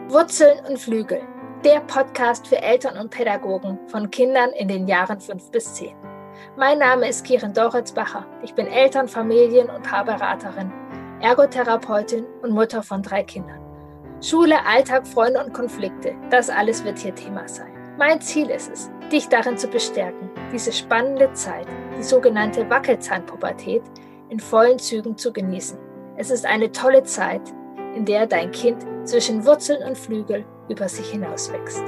Wurzeln und Flügel, der Podcast für Eltern und Pädagogen von Kindern in den Jahren 5 bis 10. Mein Name ist Kirin Doritzbacher. Ich bin Eltern-, Familien- und Paarberaterin, Ergotherapeutin und Mutter von 3 Kindern. Schule, Alltag, Freunde und Konflikte, das alles wird hier Thema sein. Mein Ziel ist es, dich darin zu bestärken, diese spannende Zeit, die sogenannte Wackelzahnpubertät, in vollen Zügen zu genießen. Es ist eine tolle Zeit, in der dein Kind zwischen Wurzeln und Flügel über sich hinaus wächst.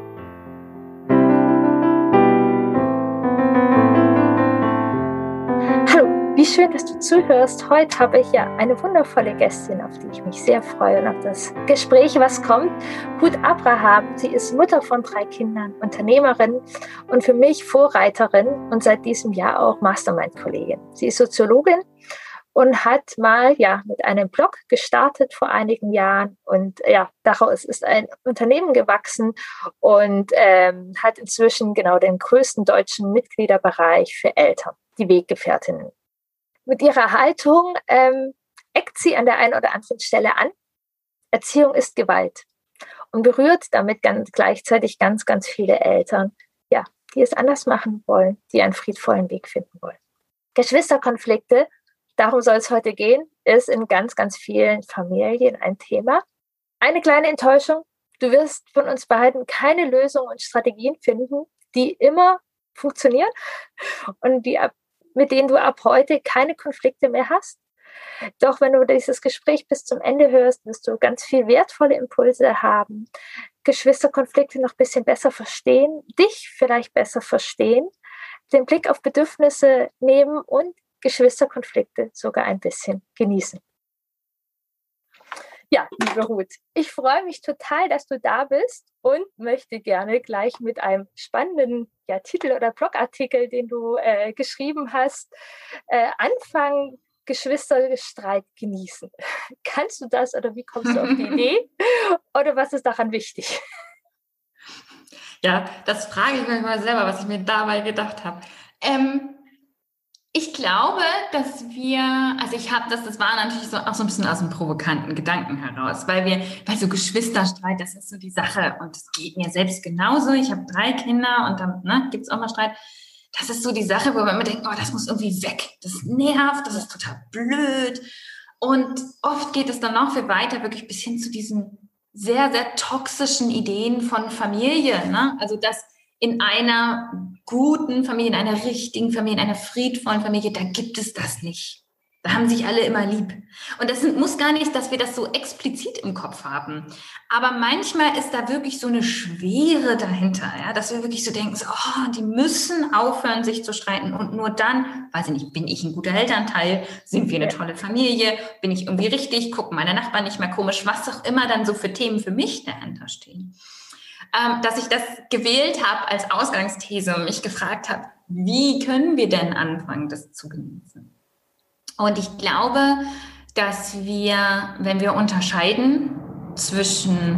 Hallo, wie schön, dass du zuhörst. Heute habe ich ja eine wundervolle Gästin, auf die ich mich sehr freue und auf das Gespräch, was kommt. Ruth Abraham, sie ist Mutter von 3 Kindern, Unternehmerin und für mich Vorreiterin und seit diesem Jahr auch Mastermind-Kollegin. Sie ist Soziologin und hat mal mit einem Blog gestartet vor einigen Jahren und daraus ist ein Unternehmen gewachsen und hat inzwischen den größten deutschen Mitgliederbereich für Eltern, die Weggefährtinnen. Mit ihrer Haltung eckt sie an der einen oder anderen Stelle an. Erziehung ist Gewalt und berührt damit gleichzeitig ganz, ganz viele Eltern, die es anders machen wollen, die einen friedvollen Weg finden wollen. Geschwisterkonflikte, darum soll es heute gehen, ist in ganz, ganz vielen Familien ein Thema. Eine kleine Enttäuschung, du wirst von uns beiden keine Lösungen und Strategien finden, die immer funktionieren und mit denen du ab heute keine Konflikte mehr hast. Doch wenn du dieses Gespräch bis zum Ende hörst, wirst du ganz viel wertvolle Impulse haben, Geschwisterkonflikte noch ein bisschen besser verstehen, dich vielleicht besser verstehen, den Blick auf Bedürfnisse nehmen und Geschwisterkonflikte sogar ein bisschen genießen. Ja, liebe Ruth, ich freue mich total, dass du da bist und möchte gerne gleich mit einem spannenden Titel oder Blogartikel, den du geschrieben hast, anfangen, Geschwisterstreit genießen. Kannst du das oder wie kommst du auf die Idee oder was ist daran wichtig? Ja, das frage ich mich mal selber, was ich mir dabei gedacht habe. Ich glaube, dass das war natürlich auch so ein bisschen aus dem provokanten Gedanken heraus, weil so Geschwisterstreit, das ist so die Sache und es geht mir selbst genauso. Ich habe 3 Kinder und dann gibt es auch mal Streit. Das ist so die Sache, wo man immer denkt, das muss irgendwie weg. Das nervt, das ist total blöd. Und oft geht es dann auch viel weiter, wirklich bis hin zu diesen sehr, sehr toxischen Ideen von Familie. Ne? Also dass in einer guten Familie, in einer richtigen Familie, in einer friedvollen Familie, da gibt es das nicht. Da haben sich alle immer lieb. Und das muss gar nicht, dass wir das so explizit im Kopf haben. Aber manchmal ist da wirklich so eine Schwere dahinter, dass wir wirklich so denken, die müssen aufhören, sich zu streiten. Und nur dann, weiß ich nicht, bin ich ein guter Elternteil? Sind wir eine tolle Familie? Bin ich irgendwie richtig? Gucken meine Nachbarn nicht mehr komisch? Was auch immer dann so für Themen für mich dahinter stehen. Dass ich das gewählt habe als Ausgangsthese und mich gefragt habe, wie können wir denn anfangen, das zu genießen? Und ich glaube, dass wir, wenn wir unterscheiden zwischen,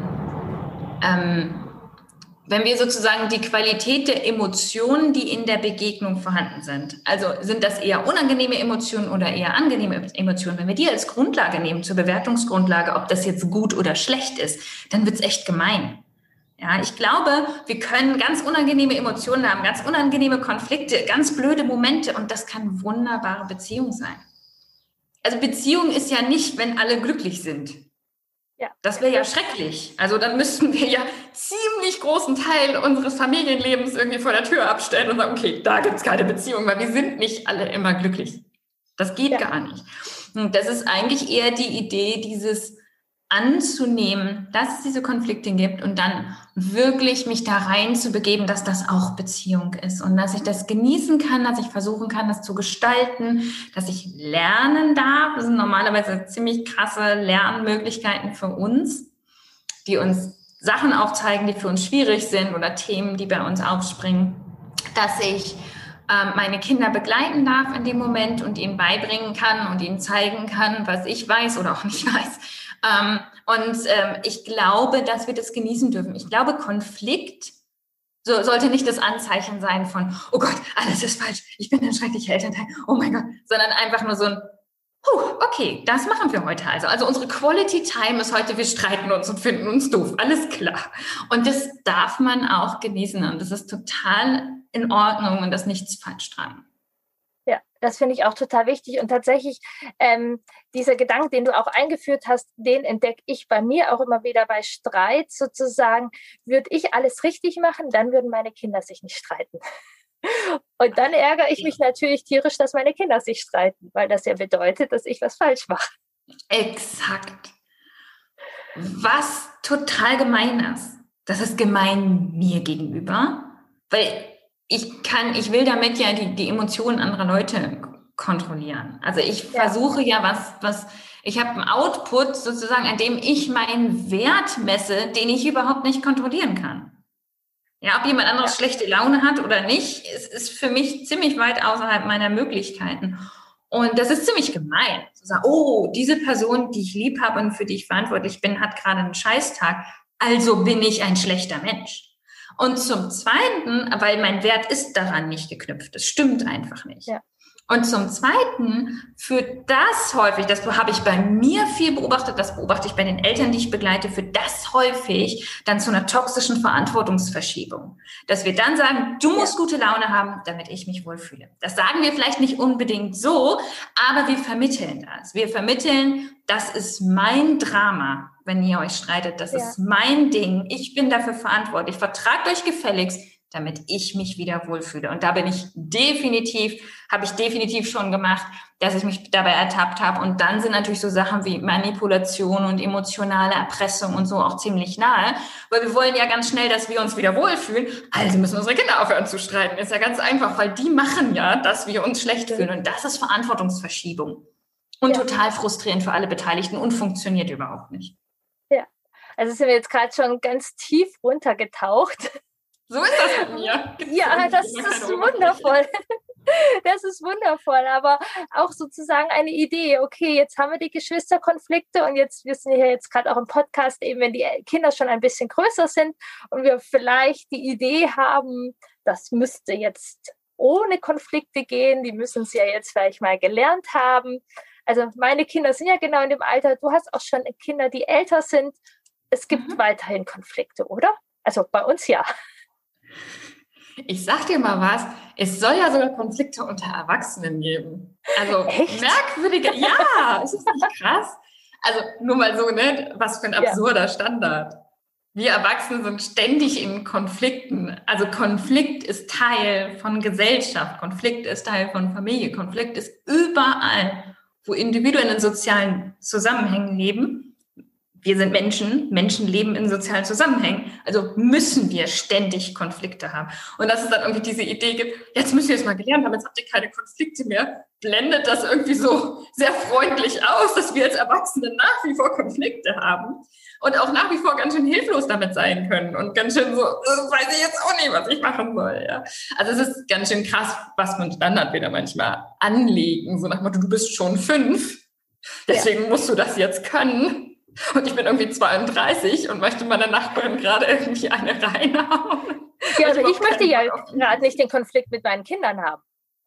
wenn wir sozusagen die Qualität der Emotionen, die in der Begegnung vorhanden sind, also sind das eher unangenehme Emotionen oder eher angenehme Emotionen, wenn wir die als Grundlage nehmen, zur Bewertungsgrundlage, ob das jetzt gut oder schlecht ist, dann wird es echt gemein. Ja, ich glaube, wir können ganz unangenehme Emotionen haben, ganz unangenehme Konflikte, ganz blöde Momente und das kann wunderbare Beziehung sein. Also Beziehung ist ja nicht, wenn alle glücklich sind. Ja. Das wäre ja schrecklich. Also dann müssten wir ja ziemlich großen Teil unseres Familienlebens irgendwie vor der Tür abstellen und sagen, okay, da gibt es keine Beziehung, weil wir sind nicht alle immer glücklich. Das geht gar nicht. Und das ist eigentlich eher die Idee, dieses anzunehmen, dass es diese Konflikte gibt und dann wirklich mich da rein zu begeben, dass das auch Beziehung ist und dass ich das genießen kann, dass ich versuchen kann, das zu gestalten, dass ich lernen darf. Das sind normalerweise ziemlich krasse Lernmöglichkeiten für uns, die uns Sachen aufzeigen, die für uns schwierig sind oder Themen, die bei uns aufspringen, dass ich meine Kinder begleiten darf in dem Moment und ihnen beibringen kann und ihnen zeigen kann, was ich weiß oder auch nicht weiß. Ich glaube, dass wir das genießen dürfen. Ich glaube, Konflikt sollte nicht das Anzeichen sein von, oh Gott, alles ist falsch, ich bin ein schrecklicher Elternteil, oh mein Gott, sondern einfach nur so ein, Okay, das machen wir heute also. Also unsere Quality Time ist heute, wir streiten uns und finden uns doof. Alles klar. Und das darf man auch genießen und das ist total in Ordnung und da ist nichts falsch dran. Ja, das finde ich auch total wichtig. Und tatsächlich, dieser Gedanke, den du auch eingeführt hast, den entdecke ich bei mir auch immer wieder bei Streit sozusagen. Würde ich alles richtig machen, dann würden meine Kinder sich nicht streiten. Und dann ärgere ich mich natürlich tierisch, dass meine Kinder sich streiten, weil das ja bedeutet, dass ich was falsch mache. Exakt. Was total gemein ist. Das ist gemein mir gegenüber, weil ich will damit ja die Emotionen anderer Leute kontrollieren. Also ich versuche ja ich habe einen Output sozusagen, an dem ich meinen Wert messe, den ich überhaupt nicht kontrollieren kann. Ja, ob jemand anderes schlechte Laune hat oder nicht, ist für mich ziemlich weit außerhalb meiner Möglichkeiten. Und das ist ziemlich gemein, zu sagen, oh, diese Person, die ich lieb habe und für die ich verantwortlich bin, hat gerade einen Scheißtag, also bin ich ein schlechter Mensch. Und zum Zweiten, weil mein Wert ist daran nicht geknüpft, das stimmt einfach nicht. Ja. Und zum Zweiten führt das häufig, das habe ich bei mir viel beobachtet, das beobachte ich bei den Eltern, die ich begleite, führt das häufig dann zu einer toxischen Verantwortungsverschiebung. Dass wir dann sagen, du musst gute Laune haben, damit ich mich wohlfühle. Das sagen wir vielleicht nicht unbedingt so, aber wir vermitteln das. Wir vermitteln, das ist mein Drama, wenn ihr euch streitet, das ist mein Ding, ich bin dafür verantwortlich, vertragt euch gefälligst, damit ich mich wieder wohlfühle. Und da habe ich definitiv schon gemacht, dass ich mich dabei ertappt habe. Und dann sind natürlich so Sachen wie Manipulation und emotionale Erpressung und so auch ziemlich nahe, weil wir wollen ja ganz schnell, dass wir uns wieder wohlfühlen. Also müssen unsere Kinder aufhören zu streiten. Ist ja ganz einfach, weil die machen ja, dass wir uns schlecht fühlen. Und das ist Verantwortungsverschiebung. Und total frustrierend für alle Beteiligten und funktioniert überhaupt nicht. Ja, also sind wir jetzt gerade schon ganz tief runtergetaucht. So ist das mit mir. Ja, das ist wundervoll. Das ist wundervoll, aber auch sozusagen eine Idee. Okay, jetzt haben wir die Geschwisterkonflikte und wir sind ja jetzt gerade auch im Podcast, eben wenn die Kinder schon ein bisschen größer sind und wir vielleicht die Idee haben, das müsste jetzt ohne Konflikte gehen, die müssen es ja jetzt vielleicht mal gelernt haben. Also meine Kinder sind ja genau in dem Alter, du hast auch schon Kinder, die älter sind. Es gibt weiterhin Konflikte, oder? Also bei uns ja. Ich sag dir mal was, es soll ja sogar Konflikte unter Erwachsenen geben. Also merkwürdige, ist das nicht krass? Also nur mal so, ne, was für ein absurder Standard. Wir Erwachsene sind ständig in Konflikten. Also Konflikt ist Teil von Gesellschaft, Konflikt ist Teil von Familie, Konflikt ist überall, wo Individuen in sozialen Zusammenhängen leben. Wir sind Menschen leben in sozialen Zusammenhängen, also müssen wir ständig Konflikte haben. Und dass es dann irgendwie diese Idee gibt, jetzt müsst ihr es mal gelernt haben, jetzt habt ihr keine Konflikte mehr, blendet das irgendwie so sehr freundlich aus, dass wir als Erwachsene nach wie vor Konflikte haben und auch nach wie vor ganz schön hilflos damit sein können und ganz schön so, weiß ich jetzt auch nicht, was ich machen soll. Ja. Also es ist ganz schön krass, was für einen Standard wir da manchmal anlegen, so nach dem Motto, du bist schon 5, deswegen musst du das jetzt können. Und ich bin irgendwie 32 und möchte meiner Nachbarin gerade irgendwie eine reinhauen. Ja, also ich möchte ja gerade nicht den Konflikt mit meinen Kindern haben.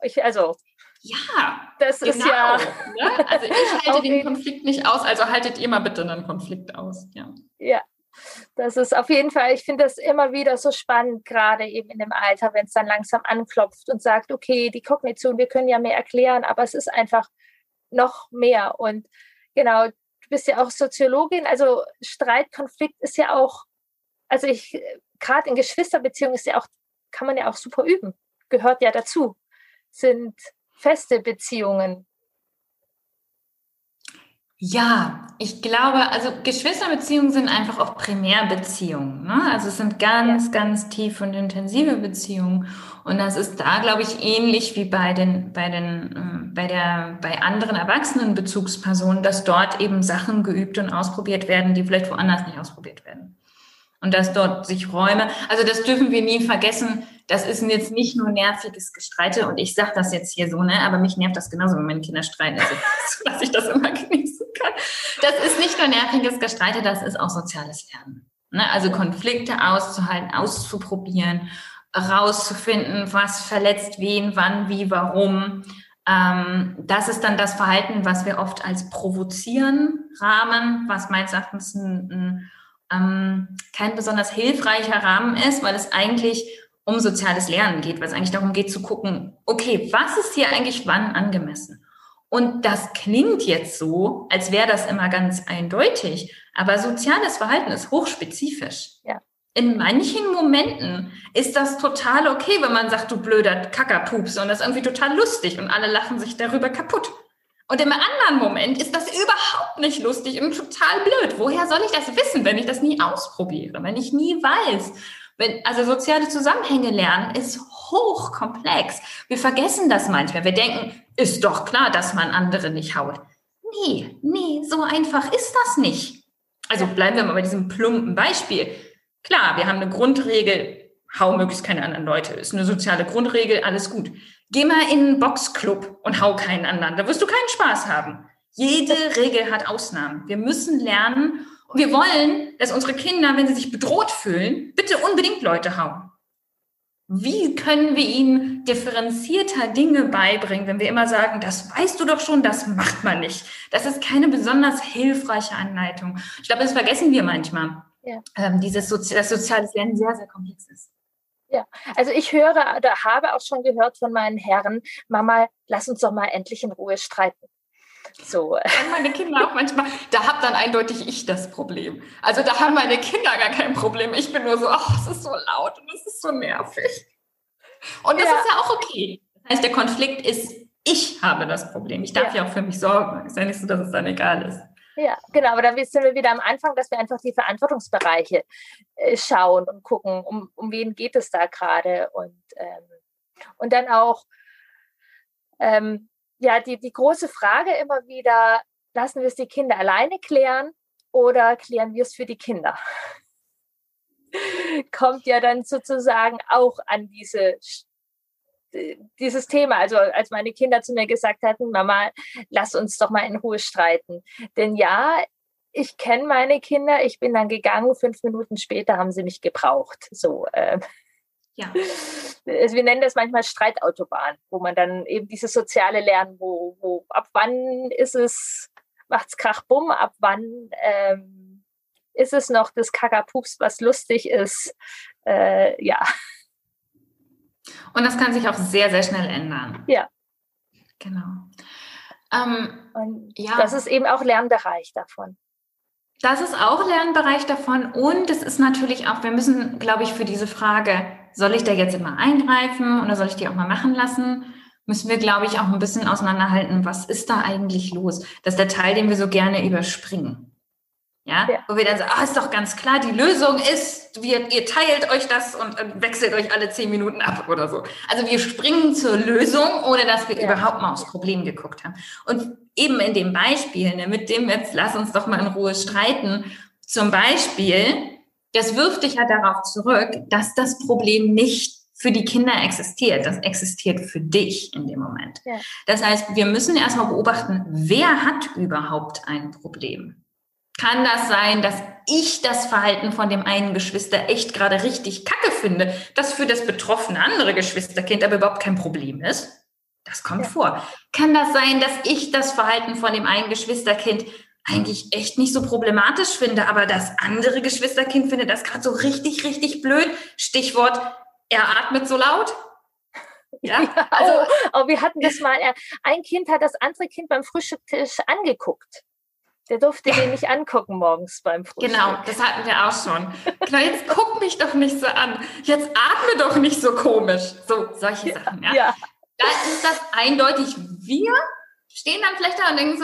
Das ist ja... Ne? Also ich halte den Konflikt nicht aus, also haltet ihr mal bitte einen Konflikt aus. Ja, das ist auf jeden Fall, ich finde das immer wieder so spannend, gerade eben in dem Alter, wenn es dann langsam anklopft und sagt, okay, die Kognition, wir können ja mehr erklären, aber es ist einfach noch mehr. Und genau, du bist ja auch Soziologin, also Streit, Konflikt ist ja auch, also gerade in Geschwisterbeziehungen ist ja auch, kann man ja auch super üben, gehört ja dazu, sind feste Beziehungen. Ja, ich glaube, also Geschwisterbeziehungen sind einfach auch Primärbeziehungen, ne? Also es sind ganz, ganz tief und intensive Beziehungen. Und das ist da, glaube ich, ähnlich wie bei anderen erwachsenen Bezugspersonen, dass dort eben Sachen geübt und ausprobiert werden, die vielleicht woanders nicht ausprobiert werden. Und dass dort sich Räume, also das dürfen wir nie vergessen, das ist jetzt nicht nur nerviges Gestreite und ich sage das jetzt hier so, ne, aber mich nervt das genauso, wenn meine Kinder streiten, also, dass ich das immer genießen kann. Das ist nicht nur nerviges Gestreite, das ist auch soziales Lernen. Ne? Also Konflikte auszuhalten, auszuprobieren, rauszufinden, was verletzt wen, wann, wie, warum. Das ist dann das Verhalten, was wir oft als provozieren rahmen, was meines Erachtens kein besonders hilfreicher Rahmen ist, weil es eigentlich um soziales Lernen geht, weil es eigentlich darum geht zu gucken, okay, was ist hier eigentlich wann angemessen? Und das klingt jetzt so, als wäre das immer ganz eindeutig, aber soziales Verhalten ist hochspezifisch. Ja. In manchen Momenten ist das total okay, wenn man sagt, du blöder Kackerpups, und das ist irgendwie total lustig und alle lachen sich darüber kaputt. Und im anderen Moment ist das überhaupt nicht lustig und total blöd. Woher soll ich das wissen, wenn ich das nie ausprobiere, wenn ich nie weiß? Also soziale Zusammenhänge lernen ist hochkomplex. Wir vergessen das manchmal. Wir denken, ist doch klar, dass man andere nicht haut. Nee, so einfach ist das nicht. Also bleiben wir mal bei diesem plumpen Beispiel. Klar, wir haben eine Grundregel, hau möglichst keine anderen Leute. Ist eine soziale Grundregel, alles gut. Geh mal in einen Boxclub und hau keinen anderen. Da wirst du keinen Spaß haben. Jede Regel hat Ausnahmen. Wir müssen lernen. Und wir wollen, dass unsere Kinder, wenn sie sich bedroht fühlen, bitte unbedingt Leute hauen. Wie können wir ihnen differenzierter Dinge beibringen, wenn wir immer sagen, das weißt du doch schon, das macht man nicht. Das ist keine besonders hilfreiche Anleitung. Ich glaube, das vergessen wir manchmal. Ja. Dass soziales Lernen sehr, sehr komplex ist. Ja, also ich höre oder habe auch schon gehört von meinen Herren, Mama, lass uns doch mal endlich in Ruhe streiten. So. Und meine Kinder auch manchmal, da habe dann eindeutig ich das Problem. Also da haben meine Kinder gar kein Problem. Ich bin nur so, es ist so laut und es ist so nervig. Und das ist ja auch okay. Das heißt, der Konflikt ist, ich habe das Problem. Ich darf ja auch für mich sorgen. Ist ja nicht so, dass es dann egal ist. Ja, genau, aber dann sind wir wieder am Anfang, dass wir einfach die Verantwortungsbereiche schauen und gucken, um wen geht es da gerade und dann auch die große Frage immer wieder, lassen wir es die Kinder alleine klären oder klären wir es für die Kinder? Kommt ja dann sozusagen auch an dieses Thema, also als meine Kinder zu mir gesagt hatten, Mama, lass uns doch mal in Ruhe streiten. Denn ja, ich kenne meine Kinder, ich bin dann gegangen, 5 Minuten später haben sie mich gebraucht. So, ja. Wir nennen das manchmal Streitautobahn, wo man dann eben dieses soziale Lernen, wo ab wann ist es, macht's Krach, Bumm, ab wann ist es noch das Kackerpups, was lustig ist, ja. Und das kann sich auch sehr, sehr schnell ändern. Ja. Genau. Das ist eben auch Lernbereich davon. Das ist auch Lernbereich davon. Und es ist natürlich auch, wir müssen, glaube ich, für diese Frage, soll ich da jetzt immer eingreifen oder soll ich die auch mal machen lassen, müssen wir, glaube ich, auch ein bisschen auseinanderhalten, was ist da eigentlich los? Das ist der Teil, den wir so gerne überspringen. Ja? Wo wir dann sagen, ist doch ganz klar, die Lösung ist, ihr teilt euch das und wechselt euch alle 10 Minuten ab oder so. Also wir springen zur Lösung, ohne dass wir überhaupt mal aufs Problem geguckt haben. Und eben in dem Beispiel, mit dem jetzt lass uns doch mal in Ruhe streiten, zum Beispiel, das wirft dich ja darauf zurück, dass das Problem nicht für die Kinder existiert. Das existiert für dich in dem Moment. Ja. Das heißt, wir müssen erstmal beobachten, wer hat überhaupt ein Problem? Kann das sein, dass ich das Verhalten von dem einen Geschwister echt gerade richtig kacke finde, das für das betroffene andere Geschwisterkind aber überhaupt kein Problem ist? Das kommt vor. Kann das sein, dass ich das Verhalten von dem einen Geschwisterkind eigentlich echt nicht so problematisch finde, aber das andere Geschwisterkind findet das gerade so richtig, richtig blöd? Stichwort, er atmet so laut. Ja, also wir hatten das mal, ein Kind hat das andere Kind beim Frühstückstisch angeguckt. Der durfte den nicht angucken morgens beim Frühstück. Genau, das hatten wir auch schon. Genau, jetzt guck mich doch nicht so an. Jetzt atme doch nicht so komisch. So, solche Sachen, ja. Da ist das eindeutig. Wir stehen dann vielleicht da und denken so,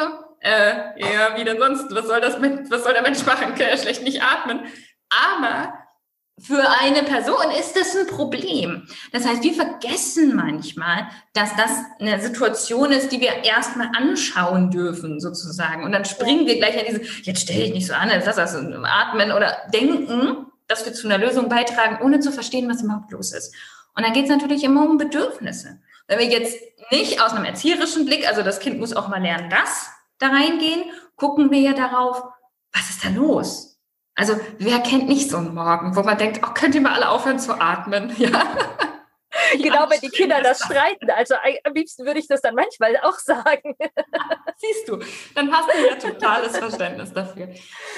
wie denn sonst? Was soll der Mensch machen? Kann er schlecht nicht atmen. Aber für eine Person ist das ein Problem. Das heißt, wir vergessen manchmal, dass das eine Situation ist, die wir erstmal anschauen dürfen, sozusagen. Und dann springen wir gleich an jetzt stell dich nicht so an, jetzt lass das atmen oder denken, dass wir zu einer Lösung beitragen, ohne zu verstehen, was überhaupt los ist. Und dann geht es natürlich immer um Bedürfnisse. Wenn wir jetzt nicht aus einem erzieherischen Blick, also das Kind muss auch mal lernen, das da reingehen, gucken wir ja darauf, was ist da los? Also wer kennt nicht so einen Morgen, wo man denkt, könnt ihr mal alle aufhören zu atmen? Ja, Genau, wenn die Kinder das streiten. Also am liebsten würde ich das dann manchmal auch sagen. Siehst du, dann hast du ja totales Verständnis dafür.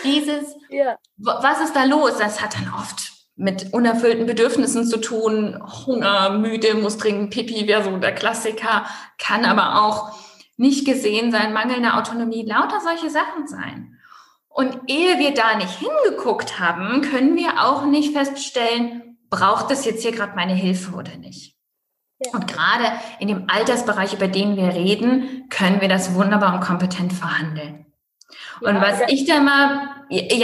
Was ist da los? Das hat dann oft mit unerfüllten Bedürfnissen zu tun. Hunger, müde, muss dringend Pipi, wäre so der Klassiker. Kann aber auch nicht gesehen sein, mangelnde Autonomie, lauter solche Sachen sein. Und ehe wir da nicht hingeguckt haben, können wir auch nicht feststellen, braucht es jetzt hier gerade meine Hilfe oder nicht. Ja. Und gerade in dem Altersbereich, über den wir reden, können wir das wunderbar und kompetent verhandeln. Ja, und was ich da mal,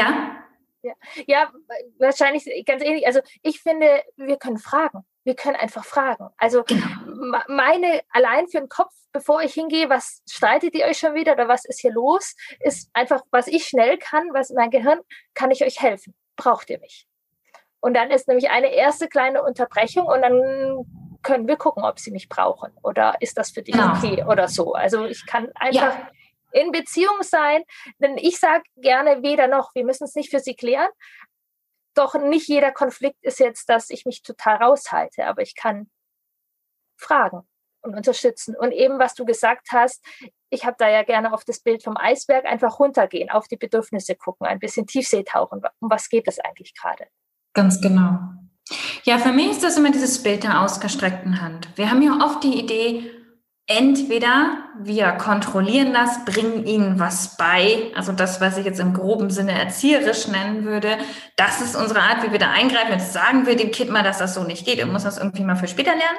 Ja, wahrscheinlich ganz ähnlich. Also ich finde, wir können fragen. Wir können einfach fragen. Also meine, allein für den Kopf, bevor ich hingehe, was streitet ihr euch schon wieder oder was ist hier los, ist einfach, was ich schnell kann, was mein Gehirn, kann ich euch helfen? Braucht ihr mich? Und dann ist nämlich eine erste kleine Unterbrechung und dann können wir gucken, ob sie mich brauchen oder ist das für dich okay oder so. Also ich kann einfach in Beziehung sein, denn ich sage gerne weder noch, wir müssen es nicht für sie klären, doch nicht jeder Konflikt ist jetzt, dass ich mich total raushalte, aber ich kann fragen und unterstützen. Und eben, was du gesagt hast, ich habe da ja gerne auf das Bild vom Eisberg einfach runtergehen, auf die Bedürfnisse gucken, ein bisschen Tiefsee tauchen. Um was geht es eigentlich gerade? Ganz genau. Ja, für mich ist das immer dieses Bild der ausgestreckten Hand. Wir haben ja oft die Idee, entweder wir kontrollieren das, bringen ihnen was bei, also das, was ich jetzt im groben Sinne erzieherisch nennen würde, das ist unsere Art, wie wir da eingreifen. Jetzt sagen wir dem Kind mal, dass das so nicht geht und muss das irgendwie mal für später lernen.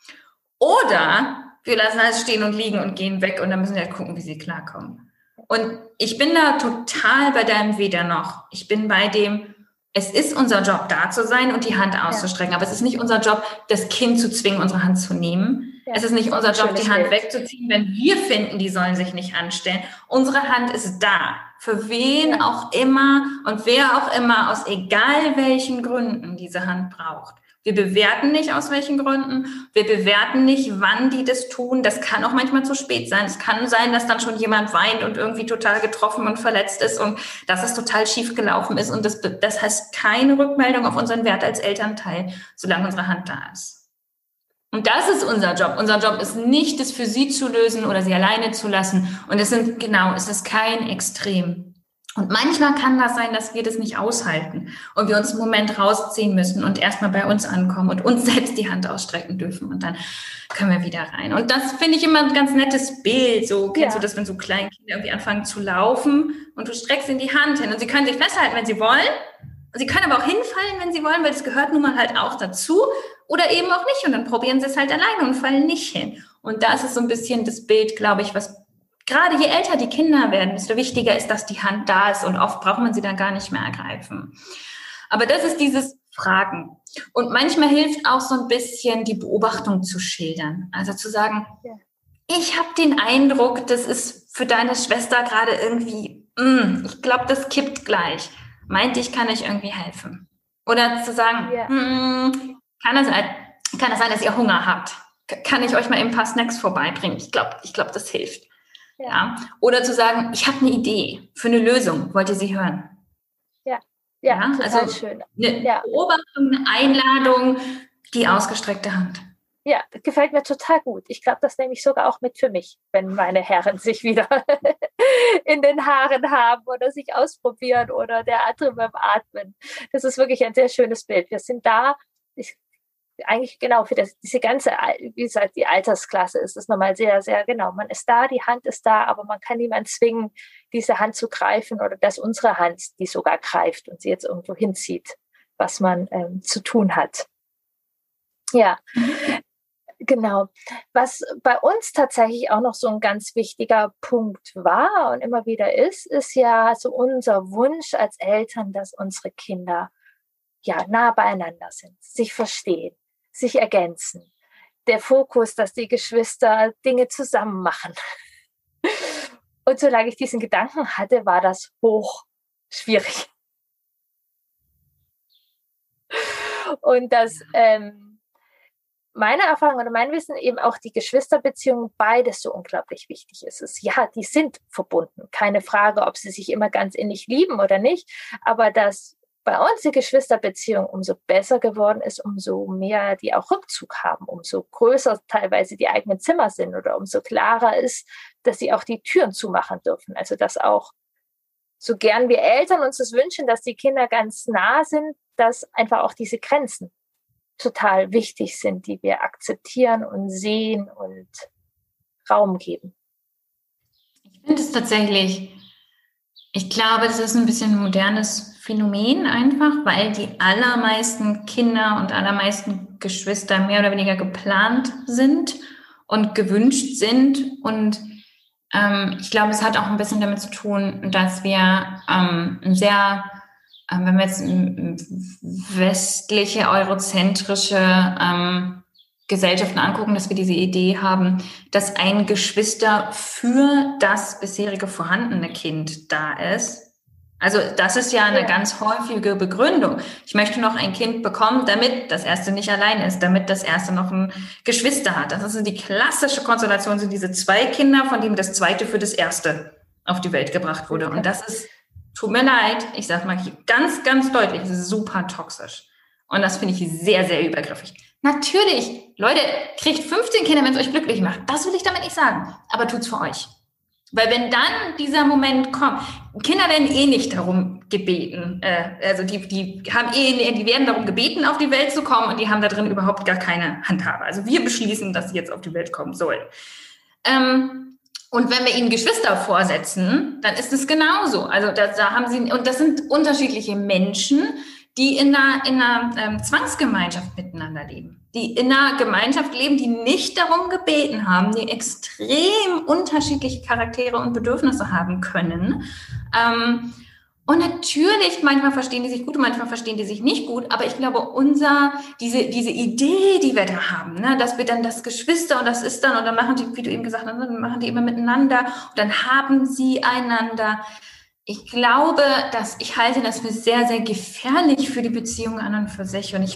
Oder wir lassen alles stehen und liegen und gehen weg und dann müssen wir halt gucken, wie sie klarkommen. Und ich bin da total bei deinem Weder noch. Ich bin bei dem, es ist unser Job, da zu sein und die Hand auszustrecken. Aber es ist nicht unser Job, das Kind zu zwingen, unsere Hand zu nehmen. Ja, es ist nicht unser Job, die Hand wegzuziehen, wenn wir finden, die sollen sich nicht anstellen. Unsere Hand ist da. Für wen auch immer und wer auch immer, aus egal welchen Gründen diese Hand braucht. Wir bewerten nicht, aus welchen Gründen. Wir bewerten nicht, wann die das tun. Das kann auch manchmal zu spät sein. Es kann sein, dass dann schon jemand weint und irgendwie total getroffen und verletzt ist und dass es total schief gelaufen ist. Und das heißt keine Rückmeldung auf unseren Wert als Elternteil, solange unsere Hand da ist. Und das ist unser Job. Unser Job ist nicht, das für sie zu lösen oder sie alleine zu lassen. Und es ist kein Extrem. Und manchmal kann das sein, dass wir das nicht aushalten und wir uns einen Moment rausziehen müssen und erstmal bei uns ankommen und uns selbst die Hand ausstrecken dürfen und dann können wir wieder rein. Und das finde ich immer ein ganz nettes Bild. So kennst du das, wenn so kleine Kinder irgendwie anfangen zu laufen und du streckst ihnen die Hand hin und sie können sich festhalten, wenn sie wollen. Und sie können aber auch hinfallen, wenn sie wollen, weil das gehört nun mal halt auch dazu oder eben auch nicht. Und dann probieren sie es halt alleine und fallen nicht hin. Und das ist so ein bisschen das Bild, glaube ich, was gerade je älter die Kinder werden, desto wichtiger ist, dass die Hand da ist und oft braucht man sie dann gar nicht mehr ergreifen. Aber das ist dieses Fragen. Und manchmal hilft auch so ein bisschen, die Beobachtung zu schildern. Also zu sagen, ich habe den Eindruck, das ist für deine Schwester gerade irgendwie, ich glaube, das kippt gleich. Meint, ich kann euch irgendwie helfen. Oder zu sagen, kann das sein, dass ihr Hunger habt? Kann ich euch mal ein paar Snacks vorbeibringen? Ich glaube, das hilft. Ja. Oder zu sagen, ich habe eine Idee für eine Lösung. Wollt ihr sie hören? Ja, total also schön. Eine Beobachtung, eine Einladung, die ausgestreckte Hand. Ja, gefällt mir total gut. Ich glaube, das nehme ich sogar auch mit für mich, wenn meine Herren sich wieder in den Haaren haben oder sich ausprobieren oder der andere beim Atmen. Das ist wirklich ein sehr schönes Bild. Wir sind da, eigentlich genau für diese ganze, wie gesagt, die Altersklasse ist es nochmal sehr, sehr genau. Man ist da, die Hand ist da, aber man kann niemanden zwingen, diese Hand zu greifen oder dass unsere Hand die sogar greift und sie jetzt irgendwo hinzieht, was man zu tun hat. Ja, genau. Was bei uns tatsächlich auch noch so ein ganz wichtiger Punkt war und immer wieder ist ja so unser Wunsch als Eltern, dass unsere Kinder nah beieinander sind, sich verstehen, sich ergänzen. Der Fokus, dass die Geschwister Dinge zusammen machen. Und solange ich diesen Gedanken hatte, war das hoch schwierig. Und dass meine Erfahrung oder mein Wissen eben auch die Geschwisterbeziehung beides so unglaublich wichtig ist. Die sind verbunden. Keine Frage, ob sie sich immer ganz innig lieben oder nicht, aber dass bei uns die Geschwisterbeziehung umso besser geworden ist, umso mehr die auch Rückzug haben, umso größer teilweise die eigenen Zimmer sind oder umso klarer ist, dass sie auch die Türen zumachen dürfen. Also dass auch, so gern wir Eltern uns das wünschen, dass die Kinder ganz nah sind, dass einfach auch diese Grenzen total wichtig sind, die wir akzeptieren und sehen und Raum geben. Ich finde es tatsächlich, ich glaube, das ist ein bisschen ein modernes Phänomen einfach, weil die allermeisten Kinder und allermeisten Geschwister mehr oder weniger geplant sind und gewünscht sind. Und ich glaube, es hat auch ein bisschen damit zu tun, dass wir wenn wir jetzt westliche, eurozentrische Gesellschaften angucken, dass wir diese Idee haben, dass ein Geschwister für das bisherige vorhandene Kind da ist. Also das ist ja eine ganz häufige Begründung. Ich möchte noch ein Kind bekommen, damit das erste nicht allein ist, damit das erste noch ein Geschwister hat. Das ist die klassische Konstellation, sind diese 2 Kinder, von denen das zweite für das erste auf die Welt gebracht wurde. Und das ist, tut mir leid, ich sage mal ganz, ganz deutlich, das ist super toxisch. Und das finde ich sehr, sehr übergriffig. Natürlich, Leute, kriegt 15 Kinder, wenn es euch glücklich macht. Das will ich damit nicht sagen. Aber tut's für euch. Weil wenn dann dieser Moment kommt, Kinder werden nicht darum gebeten, also die werden darum gebeten, auf die Welt zu kommen und die haben da drin überhaupt gar keine Handhabe. Also wir beschließen, dass sie jetzt auf die Welt kommen sollen. Und wenn wir ihnen Geschwister vorsetzen, dann ist es genauso. Also da haben sie, und das sind unterschiedliche Menschen, die in einer Zwangsgemeinschaft miteinander leben. Die in einer Gemeinschaft leben, die nicht darum gebeten haben, die extrem unterschiedliche Charaktere und Bedürfnisse haben können. Und natürlich, manchmal verstehen die sich gut, manchmal verstehen die sich nicht gut, aber ich glaube, diese Idee, die wir da haben, ne, dass wir dann das Geschwister und das ist dann, und dann machen die, wie du eben gesagt hast, dann machen die immer miteinander und dann haben sie einander. Ich glaube, ich halte das für sehr, sehr gefährlich für die Beziehung an und für sich. Und ich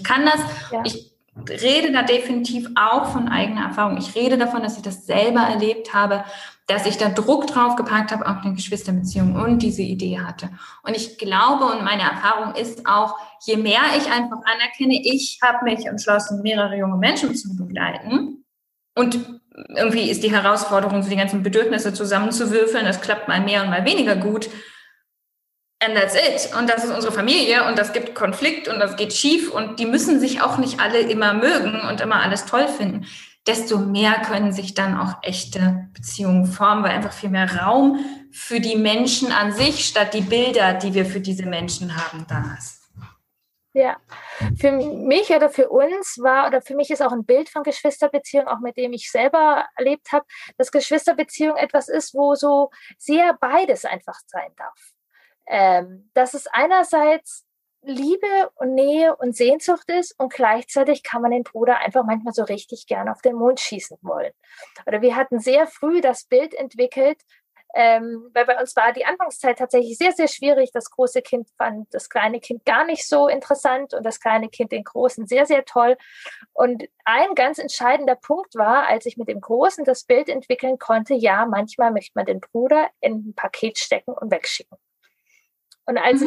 rede da definitiv auch von eigener Erfahrung. Ich rede davon, dass ich das selber erlebt habe, dass ich da Druck drauf gepackt habe auf eine Geschwisterbeziehung und diese Idee hatte. Und ich glaube, und meine Erfahrung ist auch, je mehr ich einfach anerkenne, ich habe mich entschlossen, mehrere junge Menschen zu begleiten. Und irgendwie ist die Herausforderung, so die ganzen Bedürfnisse zusammenzuwürfeln. Das klappt mal mehr und mal weniger gut. And that's it. Und das ist unsere Familie und das gibt Konflikt und das geht schief und die müssen sich auch nicht alle immer mögen und immer alles toll finden. Desto mehr können sich dann auch echte Beziehungen formen, weil einfach viel mehr Raum für die Menschen an sich statt die Bilder, die wir für diese Menschen haben, da ist. Ja, für mich oder für uns für mich ist auch ein Bild von Geschwisterbeziehung, auch mit dem ich selber erlebt habe, dass Geschwisterbeziehung etwas ist, wo so sehr beides einfach sein darf. Dass es einerseits Liebe und Nähe und Sehnsucht ist und gleichzeitig kann man den Bruder einfach manchmal so richtig gerne auf den Mond schießen wollen. Oder wir hatten sehr früh das Bild entwickelt, weil bei uns war die Anfangszeit tatsächlich sehr, sehr schwierig. Das große Kind fand das kleine Kind gar nicht so interessant und das kleine Kind den Großen sehr, sehr toll. Und ein ganz entscheidender Punkt war, als ich mit dem Großen das Bild entwickeln konnte, ja, manchmal möchte man den Bruder in ein Paket stecken und wegschicken. Und als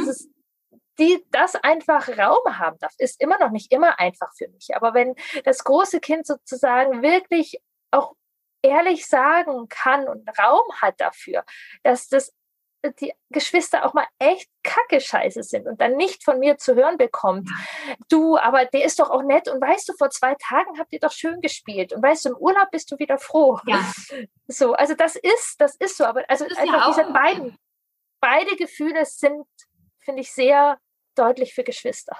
das einfach Raum haben darf, ist immer noch nicht immer einfach für mich. Aber wenn das große Kind sozusagen wirklich auch ehrlich sagen kann und Raum hat dafür, dass die Geschwister auch mal echt Kacke-Scheiße sind und dann nicht von mir zu hören bekommt, du, aber der ist doch auch nett und weißt du, vor 2 Tagen habt ihr doch schön gespielt und weißt du, im Urlaub bist du wieder froh. Ja. So, also das ist so, aber also einfach diese beide Gefühle sind, finde ich, sehr deutlich für Geschwister.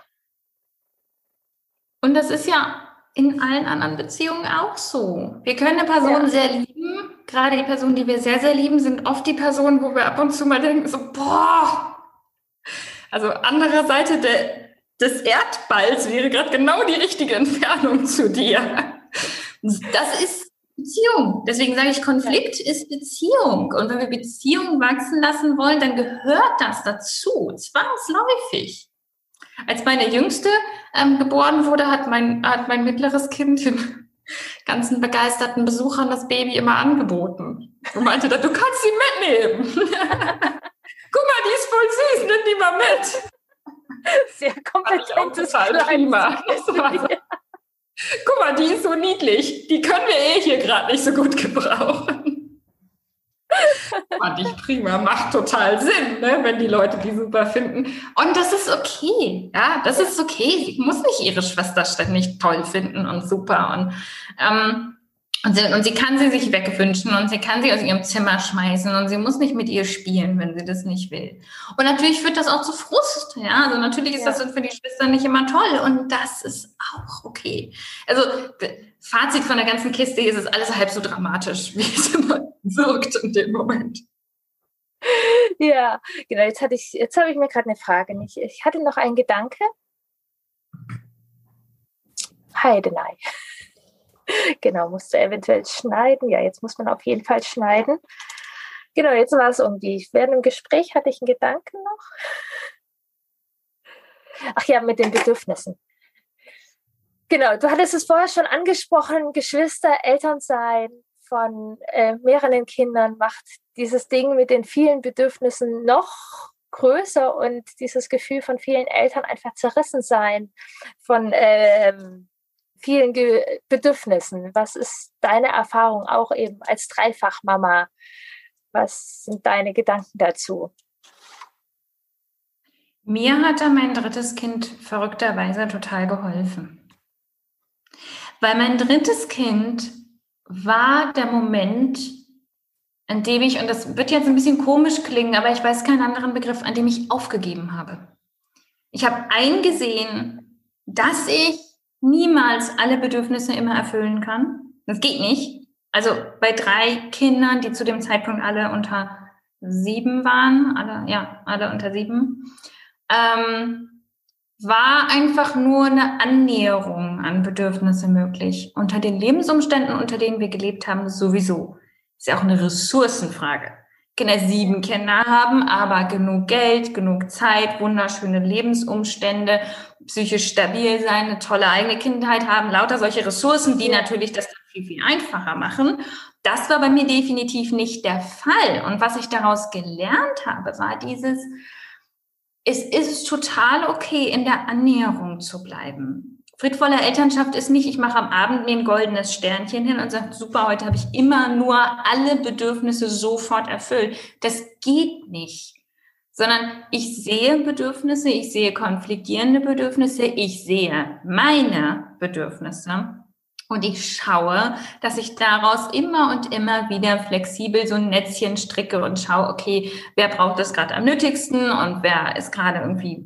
Und das ist ja in allen anderen Beziehungen auch so. Wir können eine Person sehr lieben. Gerade die Personen, die wir sehr, sehr lieben, sind oft die Personen, wo wir ab und zu mal denken, so, boah. Also andere Seite des Erdballs wäre gerade genau die richtige Entfernung zu dir. Das ist Beziehung. Deswegen sage ich, Konflikt ist Beziehung. Und wenn wir Beziehungen wachsen lassen wollen, dann gehört das dazu, zwangsläufig. Als meine Jüngste geboren wurde, hat mein mittleres Kind den ganzen begeisterten Besuchern das Baby immer angeboten. Und meinte dann, du kannst sie mitnehmen. Guck mal, die ist voll süß, nimm die mal mit. Sehr kompetentes prima. Guck mal, die ist so niedlich. Die können wir hier gerade nicht so gut gebrauchen. Fand ich prima. Macht total Sinn, ne, wenn die Leute die super finden. Und das ist okay. Ja, das ist okay. Sie muss nicht ihre Schwester ständig toll finden und super. Und sie kann sie sich wegwünschen und sie kann sie aus ihrem Zimmer schmeißen und sie muss nicht mit ihr spielen, wenn sie das nicht will. Und natürlich führt das auch zu Frust. Ja, also natürlich ist das für die Schwester nicht immer toll und das ist auch okay. Also Fazit von der ganzen Kiste ist, es ist alles halb so dramatisch, wie es immer wirkt in dem Moment. Ja, genau. Jetzt habe ich mir gerade eine Frage. Ich hatte noch einen Gedanke. Heidenei. Genau, musste eventuell schneiden. Ja, jetzt muss man auf jeden Fall schneiden. Genau, jetzt war es irgendwie. Während dem Gespräch hatte ich einen Gedanken noch. Ach ja, mit den Bedürfnissen. Genau, du hattest es vorher schon angesprochen, Geschwister, Elternsein von mehreren Kindern macht dieses Ding mit den vielen Bedürfnissen noch größer und dieses Gefühl von vielen Eltern einfach zerrissen sein von vielen Bedürfnissen. Was ist deine Erfahrung auch eben als Dreifachmama? Was sind deine Gedanken dazu? Mir hat da mein drittes Kind verrückterweise total geholfen. Weil mein drittes Kind war der Moment, an dem ich, und das wird jetzt ein bisschen komisch klingen, aber ich weiß keinen anderen Begriff, an dem ich aufgegeben habe. Ich habe eingesehen, dass ich niemals alle Bedürfnisse immer erfüllen kann. Das geht nicht. Also bei 3 Kindern, die zu dem Zeitpunkt alle unter 7 waren, alle unter 7, war einfach nur eine Annäherung an Bedürfnisse möglich. Unter den Lebensumständen, unter denen wir gelebt haben, sowieso. Ist ja auch eine Ressourcenfrage. Kinder 7 Kinder haben, aber genug Geld, genug Zeit, wunderschöne Lebensumstände, psychisch stabil sein, eine tolle eigene Kindheit haben, lauter solche Ressourcen, die natürlich das viel, viel einfacher machen. Das war bei mir definitiv nicht der Fall. Und was ich daraus gelernt habe, war es ist total okay, in der Annäherung zu bleiben. Friedvolle Elternschaft ist nicht, ich mache am Abend mir ein goldenes Sternchen hin und sage, super, heute habe ich immer nur alle Bedürfnisse sofort erfüllt. Das geht nicht. Sondern ich sehe Bedürfnisse, ich sehe konfliktierende Bedürfnisse, ich sehe meine Bedürfnisse und ich schaue, dass ich daraus immer und immer wieder flexibel so ein Netzchen stricke und schaue, okay, wer braucht das gerade am nötigsten und wer ist gerade irgendwie,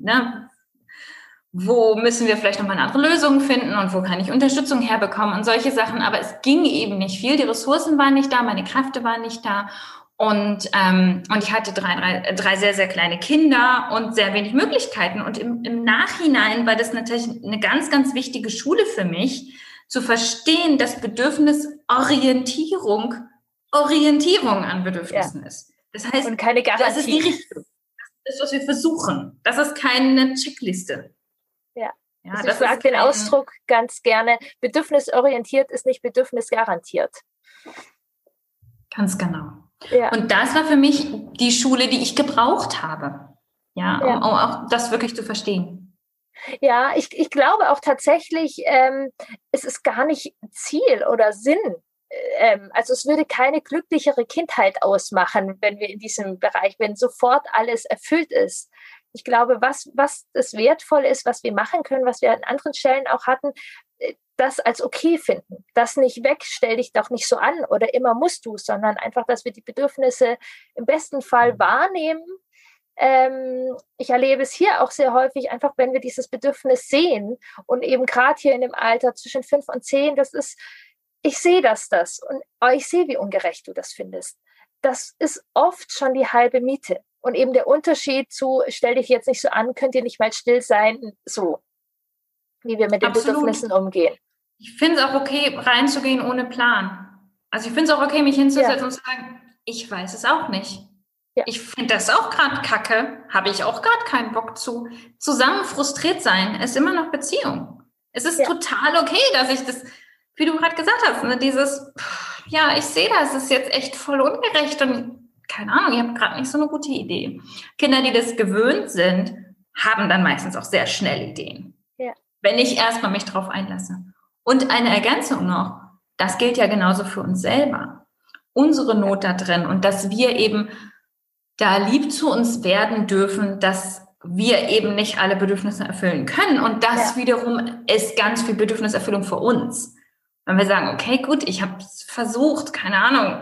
wo müssen wir vielleicht nochmal eine andere Lösung finden und wo kann ich Unterstützung herbekommen und solche Sachen. Aber es ging eben nicht viel. Die Ressourcen waren nicht da, meine Kräfte waren nicht da. Und ich hatte drei sehr, sehr kleine Kinder und sehr wenig Möglichkeiten. Und im Nachhinein war das natürlich eine ganz, ganz wichtige Schule für mich, zu verstehen, dass Bedürfnisorientierung Orientierung an Bedürfnissen ist. Das heißt, und keine Garantie. Das ist die Richtung. Das ist, was wir versuchen. Das ist keine Checkliste. Ja, also ich mag den Ausdruck ganz gerne. Bedürfnisorientiert ist nicht bedürfnisgarantiert. Ganz genau. Ja. Und das war für mich die Schule, die ich gebraucht habe. Ja, um auch das wirklich zu verstehen. Ja, ich glaube auch tatsächlich, es ist gar nicht Ziel oder Sinn. Also es würde keine glücklichere Kindheit ausmachen, wenn wir in diesem Bereich, wenn sofort alles erfüllt ist. Ich glaube, was das wertvoll ist, was wir machen können, was wir an anderen Stellen auch hatten, das als okay finden. Das nicht weg, stell dich doch nicht so an oder immer musst du, sondern einfach, dass wir die Bedürfnisse im besten Fall wahrnehmen. Ich erlebe es hier auch sehr häufig, einfach wenn wir dieses Bedürfnis sehen und eben gerade hier in dem Alter zwischen 5 und 10, ich sehe das und ich sehe, wie ungerecht du das findest. Das ist oft schon die halbe Miete. Und eben der Unterschied zu, stell dich jetzt nicht so an, könnt ihr nicht mal still sein, so, wie wir mit den Bedürfnissen umgehen. Ich finde es auch okay, reinzugehen ohne Plan. Also ich finde es auch okay, mich hinzusetzen und zu sagen, ich weiß es auch nicht. Ja. Ich finde das auch gerade kacke, habe ich auch gerade keinen Bock zu. Zusammen frustriert sein ist immer noch Beziehung. Es ist total okay, dass ich das, wie du gerade gesagt hast, ich sehe das, ist jetzt echt voll ungerecht und keine Ahnung, ich habe gerade nicht so eine gute Idee. Kinder, die das gewöhnt sind, haben dann meistens auch sehr schnell Ideen. Ja. Wenn ich erstmal mich drauf einlasse. Und eine Ergänzung noch, das gilt ja genauso für uns selber. Unsere Not da drin und dass wir eben da lieb zu uns werden dürfen, dass wir eben nicht alle Bedürfnisse erfüllen können. Und das wiederum ist ganz viel Bedürfniserfüllung für uns. Wenn wir sagen, okay, gut, ich habe es versucht, keine Ahnung,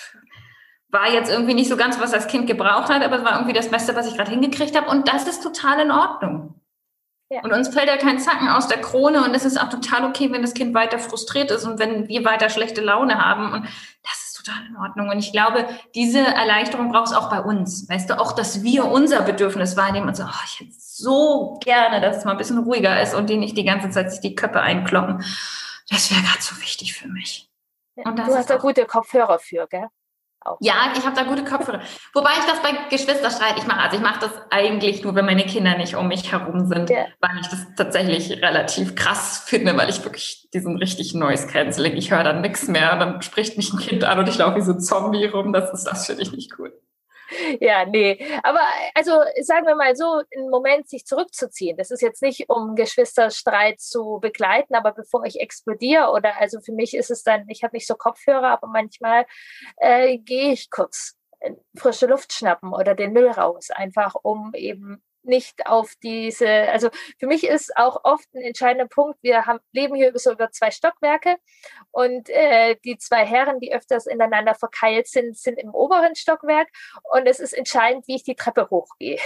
war jetzt irgendwie nicht so ganz, was das Kind gebraucht hat, aber es war irgendwie das Beste, was ich gerade hingekriegt habe. Und das ist total in Ordnung. Ja. Und uns fällt ja kein Zacken aus der Krone und es ist auch total okay, wenn das Kind weiter frustriert ist und wenn wir weiter schlechte Laune haben. Und das ist total in Ordnung. Und ich glaube, diese Erleichterung braucht es auch bei uns. Weißt du, auch, dass wir unser Bedürfnis wahrnehmen und so, ich hätte so gerne, dass es mal ein bisschen ruhiger ist und die nicht die ganze Zeit sich die Köpfe einkloppen. Das wäre gerade so wichtig für mich. Ja, und du hast da gute Kopfhörer für, gell? Auch. Ja, ich habe da gute Kopfhörer. Wobei ich das bei Geschwisterstreit mache. Also ich mache das eigentlich nur, wenn meine Kinder nicht um mich herum sind, weil ich das tatsächlich relativ krass finde, weil ich wirklich diesen richtig Noise Cancelling, ich höre dann nichts mehr und dann spricht mich ein Kind an und ich laufe wie so ein Zombie rum. Das finde ich nicht cool. Ja, nee. Aber also sagen wir mal so, einen Moment sich zurückzuziehen. Das ist jetzt nicht, um Geschwisterstreit zu begleiten, aber bevor ich explodiere oder also für mich ist es dann, ich habe nicht so Kopfhörer, aber manchmal gehe ich kurz frische Luft schnappen oder den Müll raus, einfach um eben nicht auf diese, also für mich ist auch oft ein entscheidender Punkt, wir leben hier über 2 Stockwerke und die 2 Herren, die öfters ineinander verkeilt sind im oberen Stockwerk und es ist entscheidend, wie ich die Treppe hochgehe.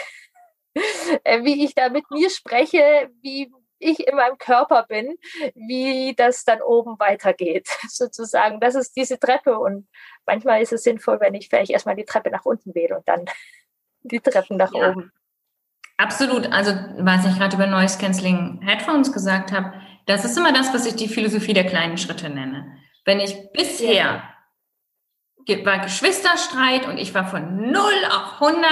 Wie ich da mit mir spreche, wie ich in meinem Körper bin, wie das dann oben weitergeht, sozusagen. Das ist diese Treppe und manchmal ist es sinnvoll, wenn ich vielleicht erstmal die Treppe nach unten wähle und dann die Treppen nach oben. Absolut. Also, was ich gerade über Noise Cancelling Headphones gesagt habe, das ist immer das, was ich die Philosophie der kleinen Schritte nenne. Wenn ich bisher war Geschwisterstreit und ich war von 0 auf 100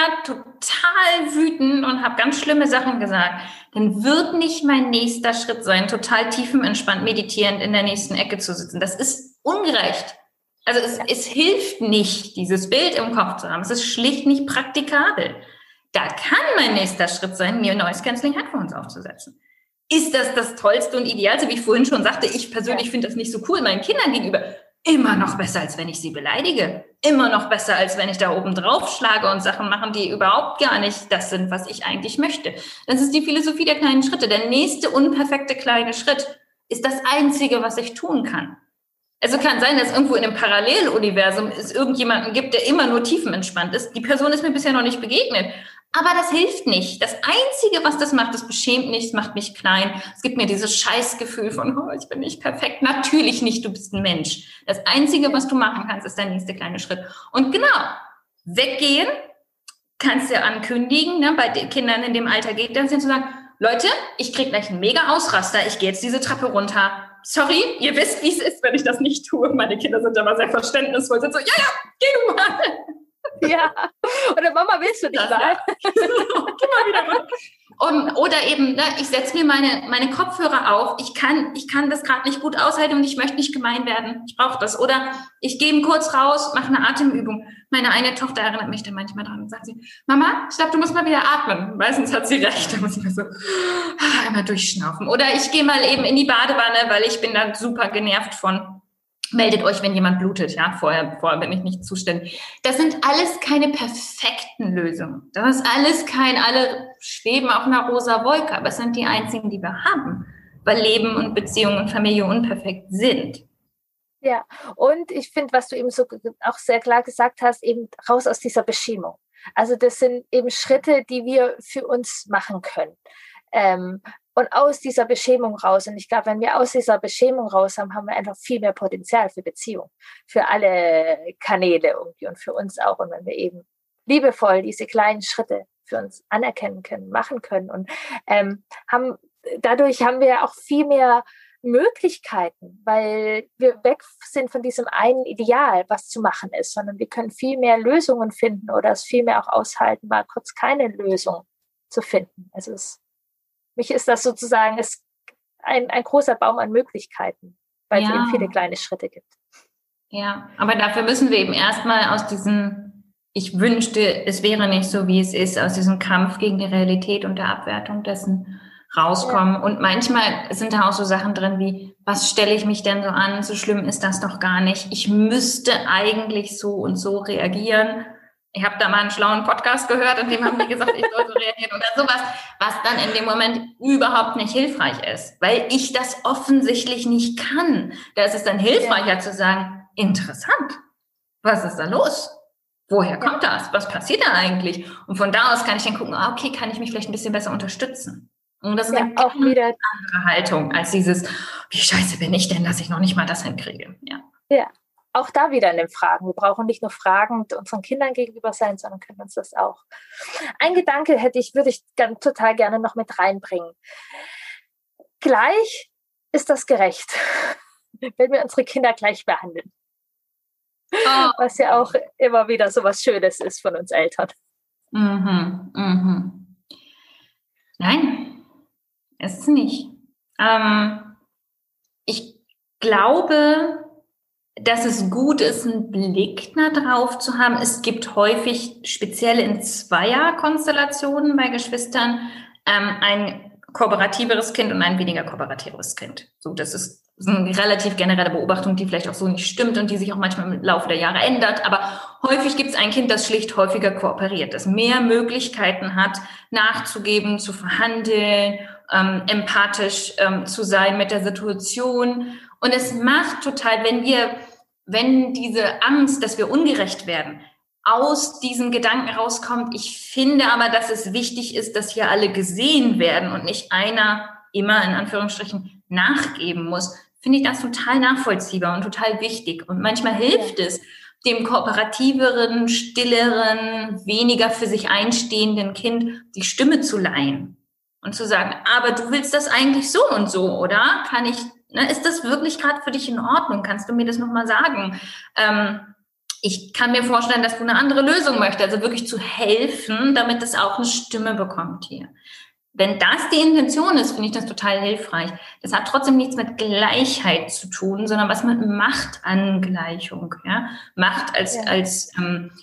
total wütend und habe ganz schlimme Sachen gesagt, dann wird nicht mein nächster Schritt sein, total tiefenentspannt meditierend in der nächsten Ecke zu sitzen. Das ist ungerecht. Also es hilft nicht, dieses Bild im Kopf zu haben. Es ist schlicht nicht praktikabel. Da kann mein nächster Schritt sein, mir Noise Cancelling Headphones aufzusetzen. Ist das Tollste und Idealste, wie ich vorhin schon sagte, ich persönlich finde das nicht so cool meinen Kindern gegenüber. Immer noch besser, als wenn ich sie beleidige. Immer noch besser, als wenn ich da oben drauf schlage und Sachen mache, die überhaupt gar nicht das sind, was ich eigentlich möchte. Das ist die Philosophie der kleinen Schritte. Der nächste unperfekte kleine Schritt ist das Einzige, was ich tun kann. Also kann sein, dass irgendwo in einem Paralleluniversum es irgendjemanden gibt, der immer nur tiefenentspannt ist. Die Person ist mir bisher noch nicht begegnet. Aber das hilft nicht. Das Einzige, was das macht, das beschämt nicht, es macht mich klein. Es gibt mir dieses Scheißgefühl von, ich bin nicht perfekt. Natürlich nicht, du bist ein Mensch. Das Einzige, was du machen kannst, ist der nächste kleine Schritt. Und genau, weggehen, kannst du ankündigen, ne, bei den Kindern in dem Alter geht das, zu sagen, Leute, ich krieg gleich einen mega Ausraster, ich gehe jetzt diese Treppe runter. Sorry, ihr wisst, wie es ist, wenn ich das nicht tue. Meine Kinder sind aber sehr verständnisvoll, sind so, ja, geh du mal. Ja, oder Mama, willst du nicht mal? Ja. Geh mal wieder runter. Oder eben, ne, ich setze mir meine Kopfhörer auf, ich kann das gerade nicht gut aushalten und ich möchte nicht gemein werden, ich brauche das. Oder ich gehe kurz raus, mache eine Atemübung. Meine eine Tochter erinnert mich dann manchmal dran und sagt sie, Mama, ich glaube, du musst mal wieder atmen. Meistens hat sie recht, da muss ich mir so einmal durchschnaufen. Oder ich gehe mal eben in die Badewanne, weil ich bin da super genervt von. Meldet euch, wenn jemand blutet, ja, vorher bin ich nicht zuständig. Das sind alles keine perfekten Lösungen. Das ist alles alle schweben auf einer rosa Wolke, aber es sind die einzigen, die wir haben, weil Leben und Beziehung und Familie unperfekt sind. Ja, und ich finde, was du eben so auch sehr klar gesagt hast, eben raus aus dieser Beschämung. Also das sind eben Schritte, die wir für uns machen können. Und aus dieser Beschämung raus. Und ich glaube, wenn wir aus dieser Beschämung raus haben, haben wir einfach viel mehr Potenzial für Beziehung, für alle Kanäle irgendwie und für uns auch. Und wenn wir eben liebevoll diese kleinen Schritte für uns anerkennen können, machen können und dadurch haben wir auch viel mehr Möglichkeiten, weil wir weg sind von diesem einen Ideal, was zu machen ist, sondern wir können viel mehr Lösungen finden oder es viel mehr auch aushalten, mal kurz keine Lösung zu finden. Also mich ist das sozusagen ein großer Baum an Möglichkeiten, weil es eben viele kleine Schritte gibt. Ja, aber dafür müssen wir eben erstmal aus diesen ich wünschte, es wäre nicht so, wie es ist, aus diesem Kampf gegen die Realität und der Abwertung dessen rauskommen. Ja. Und manchmal sind da auch so Sachen drin wie, was stelle ich mich denn so an? So schlimm ist das doch gar nicht. Ich müsste eigentlich so und so reagieren. Ich habe da mal einen schlauen Podcast gehört, in dem haben die gesagt, ich soll so reagieren oder sowas, was dann in dem Moment überhaupt nicht hilfreich ist, weil ich das offensichtlich nicht kann. Da ist es dann hilfreicher zu sagen, interessant, was ist da los? Woher kommt das? Was passiert da eigentlich? Und von da aus kann ich dann gucken, okay, kann ich mich vielleicht ein bisschen besser unterstützen? Und das ist eine auch wieder andere Haltung als dieses, wie scheiße bin ich denn, dass ich noch nicht mal das hinkriege. Ja. Auch da wieder in den Fragen. Wir brauchen nicht nur fragend unseren Kindern gegenüber sein, sondern können uns das auch. Ein Gedanke würde ich total gerne noch mit reinbringen. Gleich ist das gerecht, wenn wir unsere Kinder gleich behandeln. Oh. Was ja auch immer wieder so was Schönes ist von uns Eltern. Nein, ist es nicht. Ich glaube, dass es gut ist, einen Blick darauf zu haben. Es gibt häufig, speziell in Zweierkonstellationen bei Geschwistern, ein kooperativeres Kind und ein weniger kooperatives Kind. So, das ist eine relativ generelle Beobachtung, die vielleicht auch so nicht stimmt und die sich auch manchmal im Laufe der Jahre ändert. Aber häufig gibt es ein Kind, das schlicht häufiger kooperiert, das mehr Möglichkeiten hat, nachzugeben, zu verhandeln, empathisch zu sein mit der Situation. Und es macht total, wenn diese Angst, dass wir ungerecht werden, aus diesen Gedanken rauskommt, ich finde aber, dass es wichtig ist, dass hier alle gesehen werden und nicht einer immer in Anführungsstrichen nachgeben muss, finde ich das total nachvollziehbar und total wichtig. Und manchmal hilft es, dem kooperativeren, stilleren, weniger für sich einstehenden Kind die Stimme zu leihen und zu sagen, aber du willst das eigentlich so und so, oder? Ist das wirklich gerade für dich in Ordnung? Kannst du mir das nochmal sagen? Ich kann mir vorstellen, dass du eine andere Lösung möchtest, also wirklich zu helfen, damit es auch eine Stimme bekommt hier. Wenn das die Intention ist, finde ich das total hilfreich. Das hat trotzdem nichts mit Gleichheit zu tun, sondern was mit Machtangleichung. Ja? Macht als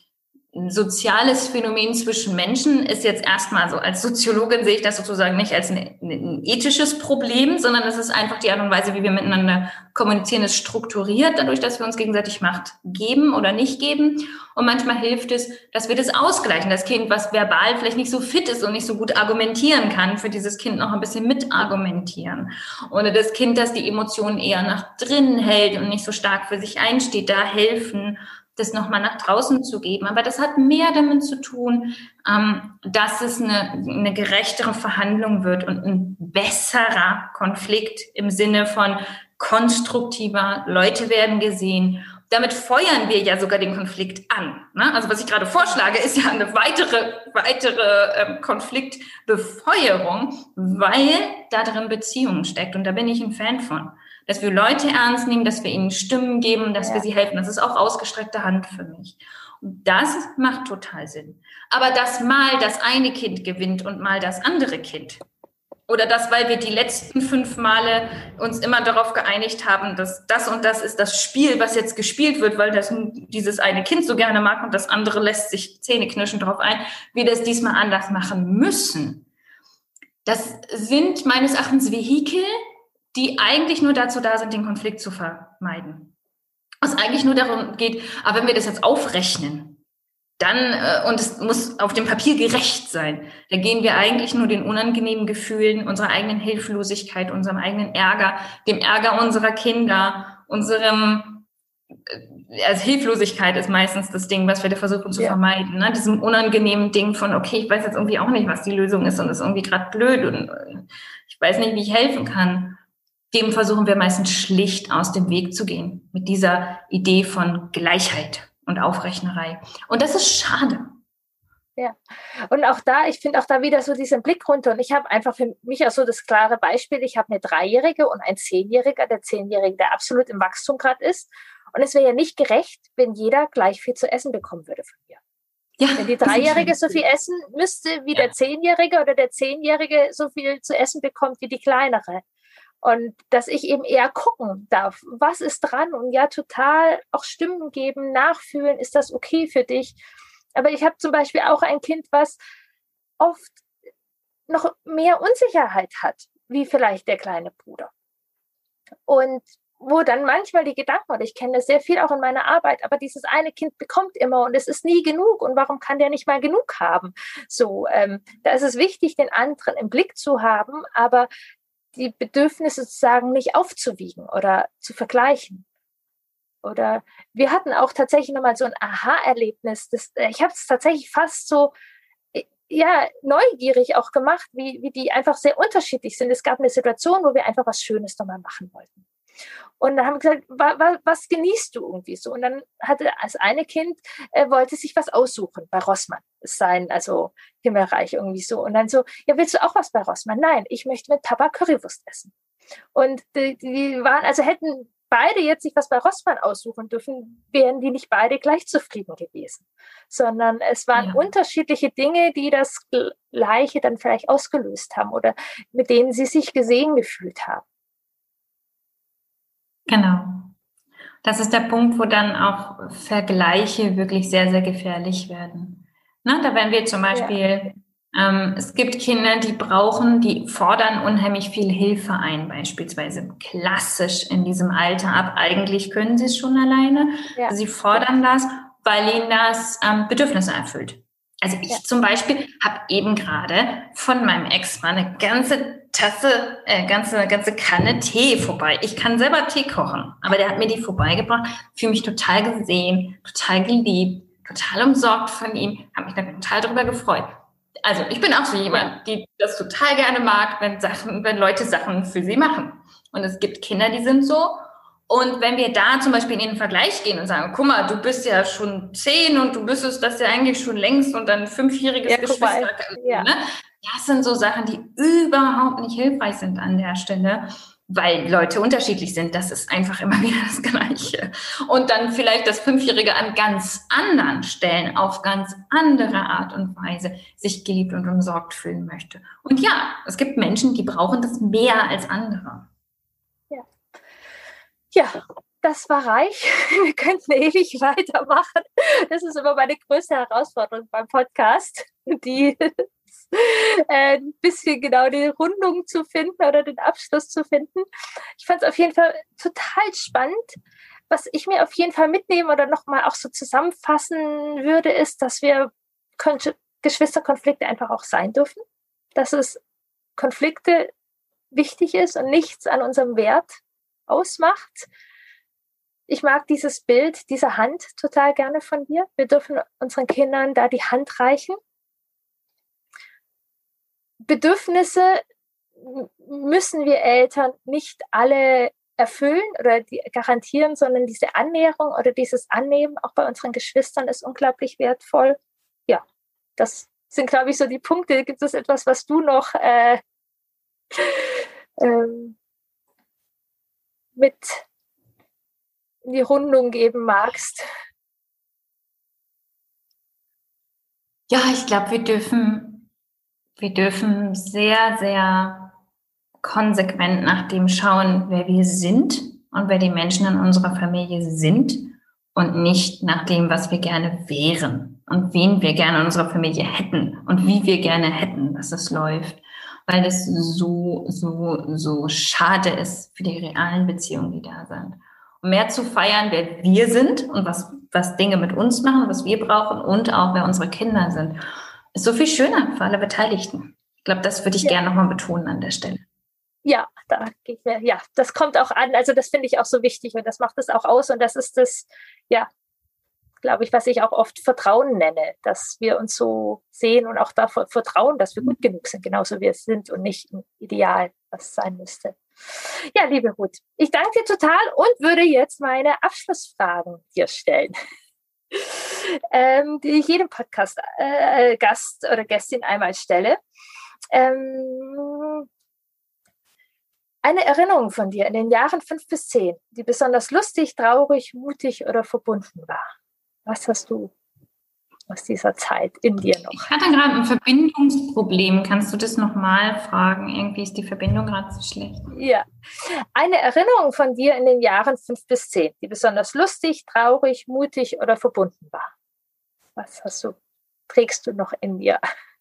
soziales Phänomen zwischen Menschen ist jetzt erstmal so, als Soziologin sehe ich das sozusagen nicht als ein ethisches Problem, sondern es ist einfach die Art und Weise, wie wir miteinander kommunizieren, ist strukturiert, dadurch, dass wir uns gegenseitig Macht geben oder nicht geben. Und manchmal hilft es, dass wir das ausgleichen. Das Kind, was verbal vielleicht nicht so fit ist und nicht so gut argumentieren kann, für dieses Kind noch ein bisschen mitargumentieren. Oder das Kind, das die Emotionen eher nach drinnen hält und nicht so stark für sich einsteht, da helfen, das nochmal nach draußen zu geben. Aber das hat mehr damit zu tun, dass es eine gerechtere Verhandlung wird und ein besserer Konflikt im Sinne von konstruktiver, Leute werden gesehen. Damit feuern wir ja sogar den Konflikt an. Ne? Also was ich gerade vorschlage, ist ja eine weitere Konfliktbefeuerung, weil da drin Beziehung steckt. Und da bin ich ein Fan von. Dass wir Leute ernst nehmen, dass wir ihnen Stimmen geben, dass wir sie helfen. Das ist auch ausgestreckte Hand für mich. Und das macht total Sinn. Aber dass mal das eine Kind gewinnt und mal das andere Kind, oder das, weil wir die letzten 5 Male uns immer darauf geeinigt haben, dass das und das ist das Spiel, was jetzt gespielt wird, weil das dieses eine Kind so gerne mag und das andere lässt sich zähneknirschend drauf ein, wir das diesmal anders machen müssen. Das sind meines Erachtens Vehikel, die eigentlich nur dazu da sind, den Konflikt zu vermeiden. Was eigentlich nur darum geht, aber wenn wir das jetzt aufrechnen, dann, und es muss auf dem Papier gerecht sein, dann gehen wir eigentlich nur den unangenehmen Gefühlen, unserer eigenen Hilflosigkeit, unserem eigenen Ärger, dem Ärger unserer Kinder, also Hilflosigkeit ist meistens das Ding, was wir da versuchen zu vermeiden, ne? Diesem unangenehmen Ding von, okay, ich weiß jetzt irgendwie auch nicht, was die Lösung ist und ist irgendwie gerade blöd und ich weiß nicht, wie ich helfen kann. Dem versuchen wir meistens schlicht aus dem Weg zu gehen, mit dieser Idee von Gleichheit und Aufrechnerei. Und das ist schade. Ja, und auch da, ich finde auch da wieder so diesen Blick runter. Und ich habe einfach für mich auch so das klare Beispiel, ich habe eine 3-Jährige und ein 10-Jähriger, der 10-Jährige, der absolut im Wachstum gerade ist. Und es wäre ja nicht gerecht, wenn jeder gleich viel zu essen bekommen würde von mir. Ja, wenn die 3-Jährige so viel essen müsste, wie der 10-Jährige oder der 10-Jährige so viel zu essen bekommt wie die Kleinere. Und dass ich eben eher gucken darf, was ist dran und ja total auch Stimmen geben, nachfühlen, ist das okay für dich? Aber ich habe zum Beispiel auch ein Kind, was oft noch mehr Unsicherheit hat, wie vielleicht der kleine Bruder. Und wo dann manchmal die Gedanken, oder ich kenne das sehr viel auch in meiner Arbeit, aber dieses eine Kind bekommt immer und es ist nie genug und warum kann der nicht mal genug haben? So, da ist es wichtig, den anderen im Blick zu haben, aber die Bedürfnisse sozusagen nicht aufzuwiegen oder zu vergleichen. Oder wir hatten auch tatsächlich nochmal so ein Aha-Erlebnis. Ich habe es tatsächlich fast so neugierig auch gemacht, wie die einfach sehr unterschiedlich sind. Es gab eine Situation, wo wir einfach was Schönes nochmal machen wollten. Und dann haben wir gesagt, was genießt du irgendwie so? Und dann hatte das eine Kind, wollte sich was aussuchen bei Rossmann. Es sein, also Himmelreich irgendwie so. Und dann so, ja, willst du auch was bei Rossmann? Nein, ich möchte mit Papa Currywurst essen. Und die waren, also hätten beide jetzt sich was bei Rossmann aussuchen dürfen, wären die nicht beide gleich zufrieden gewesen. Sondern es waren unterschiedliche Dinge, die das Gleiche dann vielleicht ausgelöst haben oder mit denen sie sich gesehen gefühlt haben. Genau. Das ist der Punkt, wo dann auch Vergleiche wirklich sehr, sehr gefährlich werden. Na, da werden wir zum Beispiel, es gibt Kinder, die fordern unheimlich viel Hilfe ein, beispielsweise klassisch in diesem Alter ab. Eigentlich können sie es schon alleine. Ja. Sie fordern das, weil ihnen das Bedürfnisse erfüllt. Also ich zum Beispiel habe eben gerade von meinem Ex-Mann eine ganze Tasse, ganze Kanne Tee vorbei. Ich kann selber Tee kochen, aber der hat mir die vorbeigebracht. Fühle mich total gesehen, total geliebt, total umsorgt von ihm. Habe mich da total drüber gefreut. Also ich bin auch so jemand, die das total gerne mag, wenn Leute Sachen für sie machen. Und es gibt Kinder, die sind so. Und wenn wir da zum Beispiel in den Vergleich gehen und sagen, guck mal, du bist ja schon 10 und du müsstest das ja eigentlich schon längst und dann 5-jähriges Geschwister. Ne? Das sind so Sachen, die überhaupt nicht hilfreich sind an der Stelle, weil Leute unterschiedlich sind. Das ist einfach immer wieder das Gleiche. Und dann vielleicht das 5-Jährige an ganz anderen Stellen, auf ganz andere Art und Weise sich geliebt und umsorgt fühlen möchte. Und ja, es gibt Menschen, die brauchen das mehr als andere. Ja, das war reich. Wir könnten ewig weitermachen. Das ist immer meine größte Herausforderung beim Podcast, ein bisschen genau die Rundung zu finden oder den Abschluss zu finden. Ich fand es auf jeden Fall total spannend. Was ich mir auf jeden Fall mitnehmen oder nochmal auch so zusammenfassen würde, ist, dass wir Geschwisterkonflikte einfach auch sein dürfen. Dass es Konflikte wichtig ist und nichts an unserem Wert ausmacht. Ich mag dieses Bild dieser Hand total gerne von dir. Wir dürfen unseren Kindern da die Hand reichen. Bedürfnisse müssen wir Eltern nicht alle erfüllen oder garantieren, sondern diese Annäherung oder dieses Annehmen auch bei unseren Geschwistern ist unglaublich wertvoll. Ja, das sind, glaube ich, so die Punkte. Gibt es etwas, was du noch mit in die Rundung geben magst? Ja, ich glaube, wir dürfen sehr, sehr konsequent nach dem schauen, wer wir sind und wer die Menschen in unserer Familie sind und nicht nach dem, was wir gerne wären und wen wir gerne in unserer Familie hätten und wie wir gerne hätten, dass es läuft. Weil es so schade ist für die realen Beziehungen, die da sind. Und mehr zu feiern, wer wir sind und was Dinge mit uns machen, was wir brauchen und auch wer unsere Kinder sind, ist so viel schöner für alle Beteiligten. Ich glaube, das würde ich gerne nochmal betonen an der Stelle. Ja, das kommt auch an. Also das finde ich auch so wichtig und das macht es auch aus und das ist das, glaube ich, was ich auch oft Vertrauen nenne, dass wir uns so sehen und auch davor vertrauen, dass wir gut genug sind, genauso wie wir es sind und nicht ein Ideal, was sein müsste. Ja, liebe Ruth, ich danke dir total und würde jetzt meine Abschlussfragen dir stellen, die ich jedem Podcast-Gast oder Gästin einmal stelle. Eine Erinnerung von dir in den Jahren 5 bis 10, die besonders lustig, traurig, mutig oder verbunden war. Was hast du aus dieser Zeit in dir noch? Ich hatte gerade ein Verbindungsproblem. Kannst du das nochmal fragen? Irgendwie ist die Verbindung gerade so schlecht. Ja. Eine Erinnerung von dir in den Jahren 5 bis 10, die besonders lustig, traurig, mutig oder verbunden war. Was hast du trägst du noch in dir?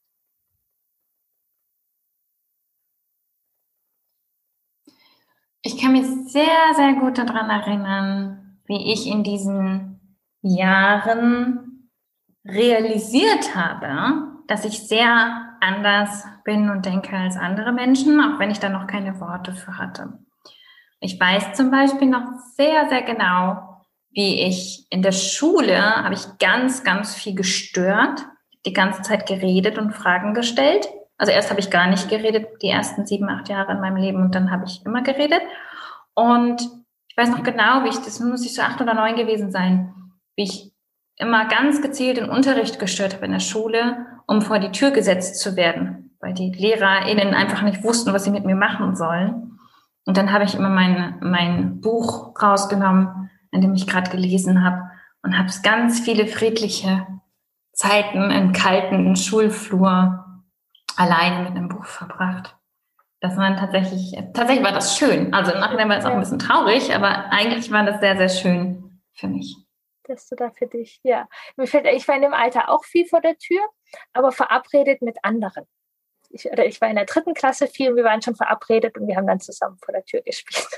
Ich kann mich sehr, sehr gut daran erinnern, wie ich in diesen Jahren realisiert habe, dass ich sehr anders bin und denke als andere Menschen, auch wenn ich da noch keine Worte für hatte. Ich weiß zum Beispiel noch sehr, sehr genau, wie ich in der Schule habe ich ganz, ganz viel gestört, die ganze Zeit geredet und Fragen gestellt. Also erst habe ich gar nicht geredet, die ersten 7, 8 Jahre in meinem Leben, und dann habe ich immer geredet. Und ich weiß noch genau, wie ich, das muss ich so 8 oder 9 gewesen sein, wie ich immer ganz gezielt den Unterricht gestört habe in der Schule, um vor die Tür gesetzt zu werden, weil die LehrerInnen einfach nicht wussten, was sie mit mir machen sollen. Und dann habe ich immer mein Buch rausgenommen, in dem ich gerade gelesen habe, und habe ganz viele friedliche Zeiten im kalten Schulflur alleine mit einem Buch verbracht. Das war tatsächlich war das schön. Also im Nachhinein war es auch ein bisschen traurig, aber eigentlich war das sehr, sehr schön für mich. Dass du da für dich, ja. Ich war in dem Alter auch viel vor der Tür, aber verabredet mit anderen. Ich war in der 3. Klasse viel und wir waren schon verabredet und wir haben dann zusammen vor der Tür gespielt.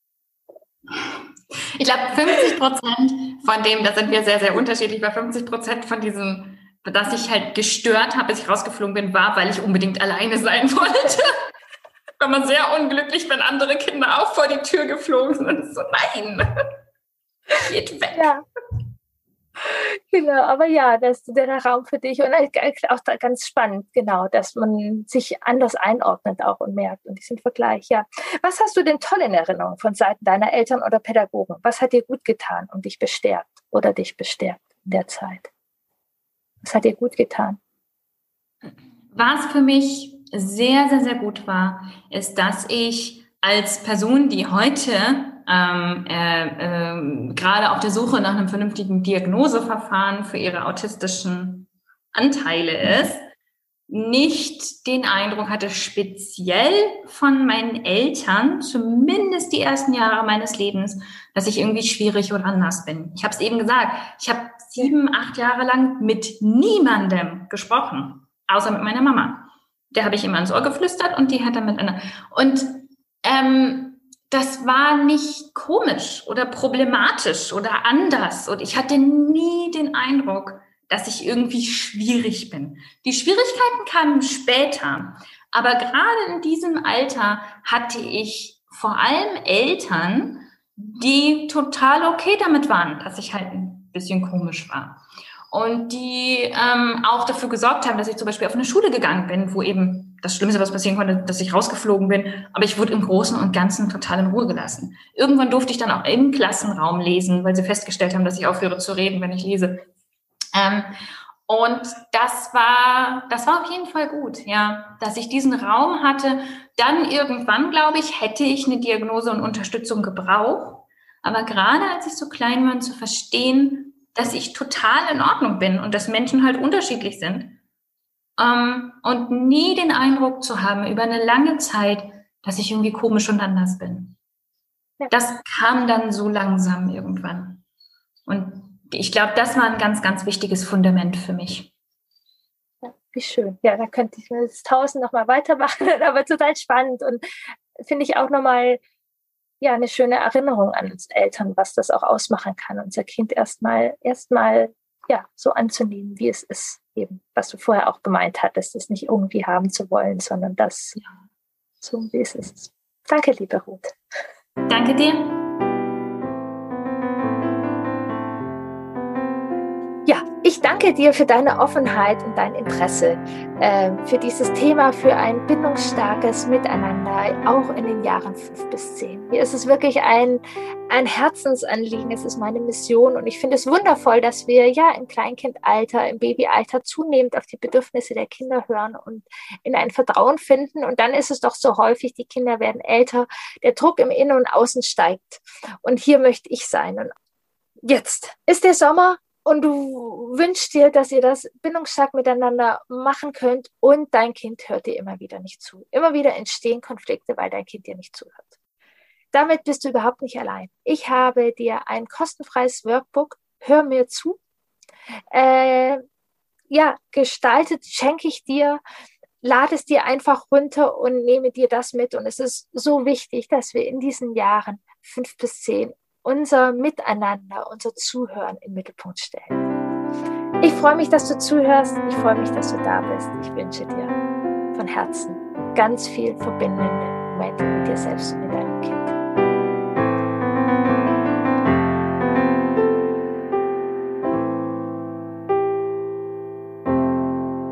Ich glaube, 50% von dem, da sind wir sehr, sehr unterschiedlich, weil 50% von diesem, dass ich halt gestört habe, bis ich rausgeflogen bin, war, weil ich unbedingt alleine sein wollte. War man sehr unglücklich, wenn andere Kinder auch vor die Tür geflogen sind und so, nein, geht weg. Ja. Genau, aber ja, das ist der Raum für dich und auch ganz spannend, genau, dass man sich anders einordnet auch und merkt und diesen Vergleich, ja. Was hast du denn toll in Erinnerung von Seiten deiner Eltern oder Pädagogen? Was hat dir gut getan und dich bestärkt oder dich bestärkt in der Zeit? Was hat dir gut getan? Was für mich sehr, sehr, sehr gut war, ist, dass ich als Person, die heute gerade auf der Suche nach einem vernünftigen Diagnoseverfahren für ihre autistischen Anteile ist, nicht den Eindruck hatte, speziell von meinen Eltern, zumindest die ersten Jahre meines Lebens, dass ich irgendwie schwierig oder anders bin. Ich habe es eben gesagt, ich habe 7, 8 Jahre lang mit niemandem gesprochen, außer mit meiner Mama. Der habe ich immer ins Ohr geflüstert und die hat dann mit einer... Und das war nicht komisch oder problematisch oder anders. Und ich hatte nie den Eindruck, dass ich irgendwie schwierig bin. Die Schwierigkeiten kamen später. Aber gerade in diesem Alter hatte ich vor allem Eltern, die total okay damit waren, dass ich halt ein bisschen komisch war. Und die auch dafür gesorgt haben, dass ich zum Beispiel auf eine Schule gegangen bin, wo eben das Schlimmste, was passieren konnte, dass ich rausgeflogen bin. Aber ich wurde im Großen und Ganzen total in Ruhe gelassen. Irgendwann durfte ich dann auch im Klassenraum lesen, weil sie festgestellt haben, dass ich aufhöre zu reden, wenn ich lese. Und das war auf jeden Fall gut, ja, dass ich diesen Raum hatte. Dann irgendwann, glaube ich, hätte ich eine Diagnose und Unterstützung gebraucht. Aber gerade als ich so klein war, zu verstehen, dass ich total in Ordnung bin und dass Menschen halt unterschiedlich sind. Und nie den Eindruck zu haben, über eine lange Zeit, dass ich irgendwie komisch und anders bin. Ja. Das kam dann so langsam irgendwann. Und ich glaube, das war ein ganz, ganz wichtiges Fundament für mich. Ja, wie schön. Ja, da könnte ich mir das 1000 nochmal weitermachen, aber total spannend und finde ich auch nochmal ja, eine schöne Erinnerung an uns Eltern, was das auch ausmachen kann, unser Kind erstmal ja, so anzunehmen, wie es ist, eben, was du vorher auch gemeint hattest, es nicht irgendwie haben zu wollen, sondern das so, wie es ist. Danke, liebe Ruth. Danke dir. Ja, ich danke dir für deine Offenheit und dein Interesse für dieses Thema, für ein bindungsstarkes Miteinander, auch in den Jahren 5 bis 10. Mir ist es wirklich ein Herzensanliegen, es ist meine Mission und ich finde es wundervoll, dass wir ja im Kleinkindalter, im Babyalter zunehmend auf die Bedürfnisse der Kinder hören und in ein Vertrauen finden und dann ist es doch so häufig, die Kinder werden älter, der Druck im Innen und Außen steigt und hier möchte ich sein und jetzt ist der Sommer, und du wünschst dir, dass ihr das bindungsstark miteinander machen könnt und dein Kind hört dir immer wieder nicht zu. Immer wieder entstehen Konflikte, weil dein Kind dir nicht zuhört. Damit bist du überhaupt nicht allein. Ich habe dir ein kostenfreies Workbook, Hör mir zu, gestaltet, schenke ich dir, lade es dir einfach runter und nehme dir das mit. Und es ist so wichtig, dass wir in diesen Jahren 5 bis 10 unser Miteinander, unser Zuhören im Mittelpunkt stellen. Ich freue mich, dass du zuhörst. Ich freue mich, dass du da bist. Ich wünsche dir von Herzen ganz viel verbindende Momente mit dir selbst und mit deinem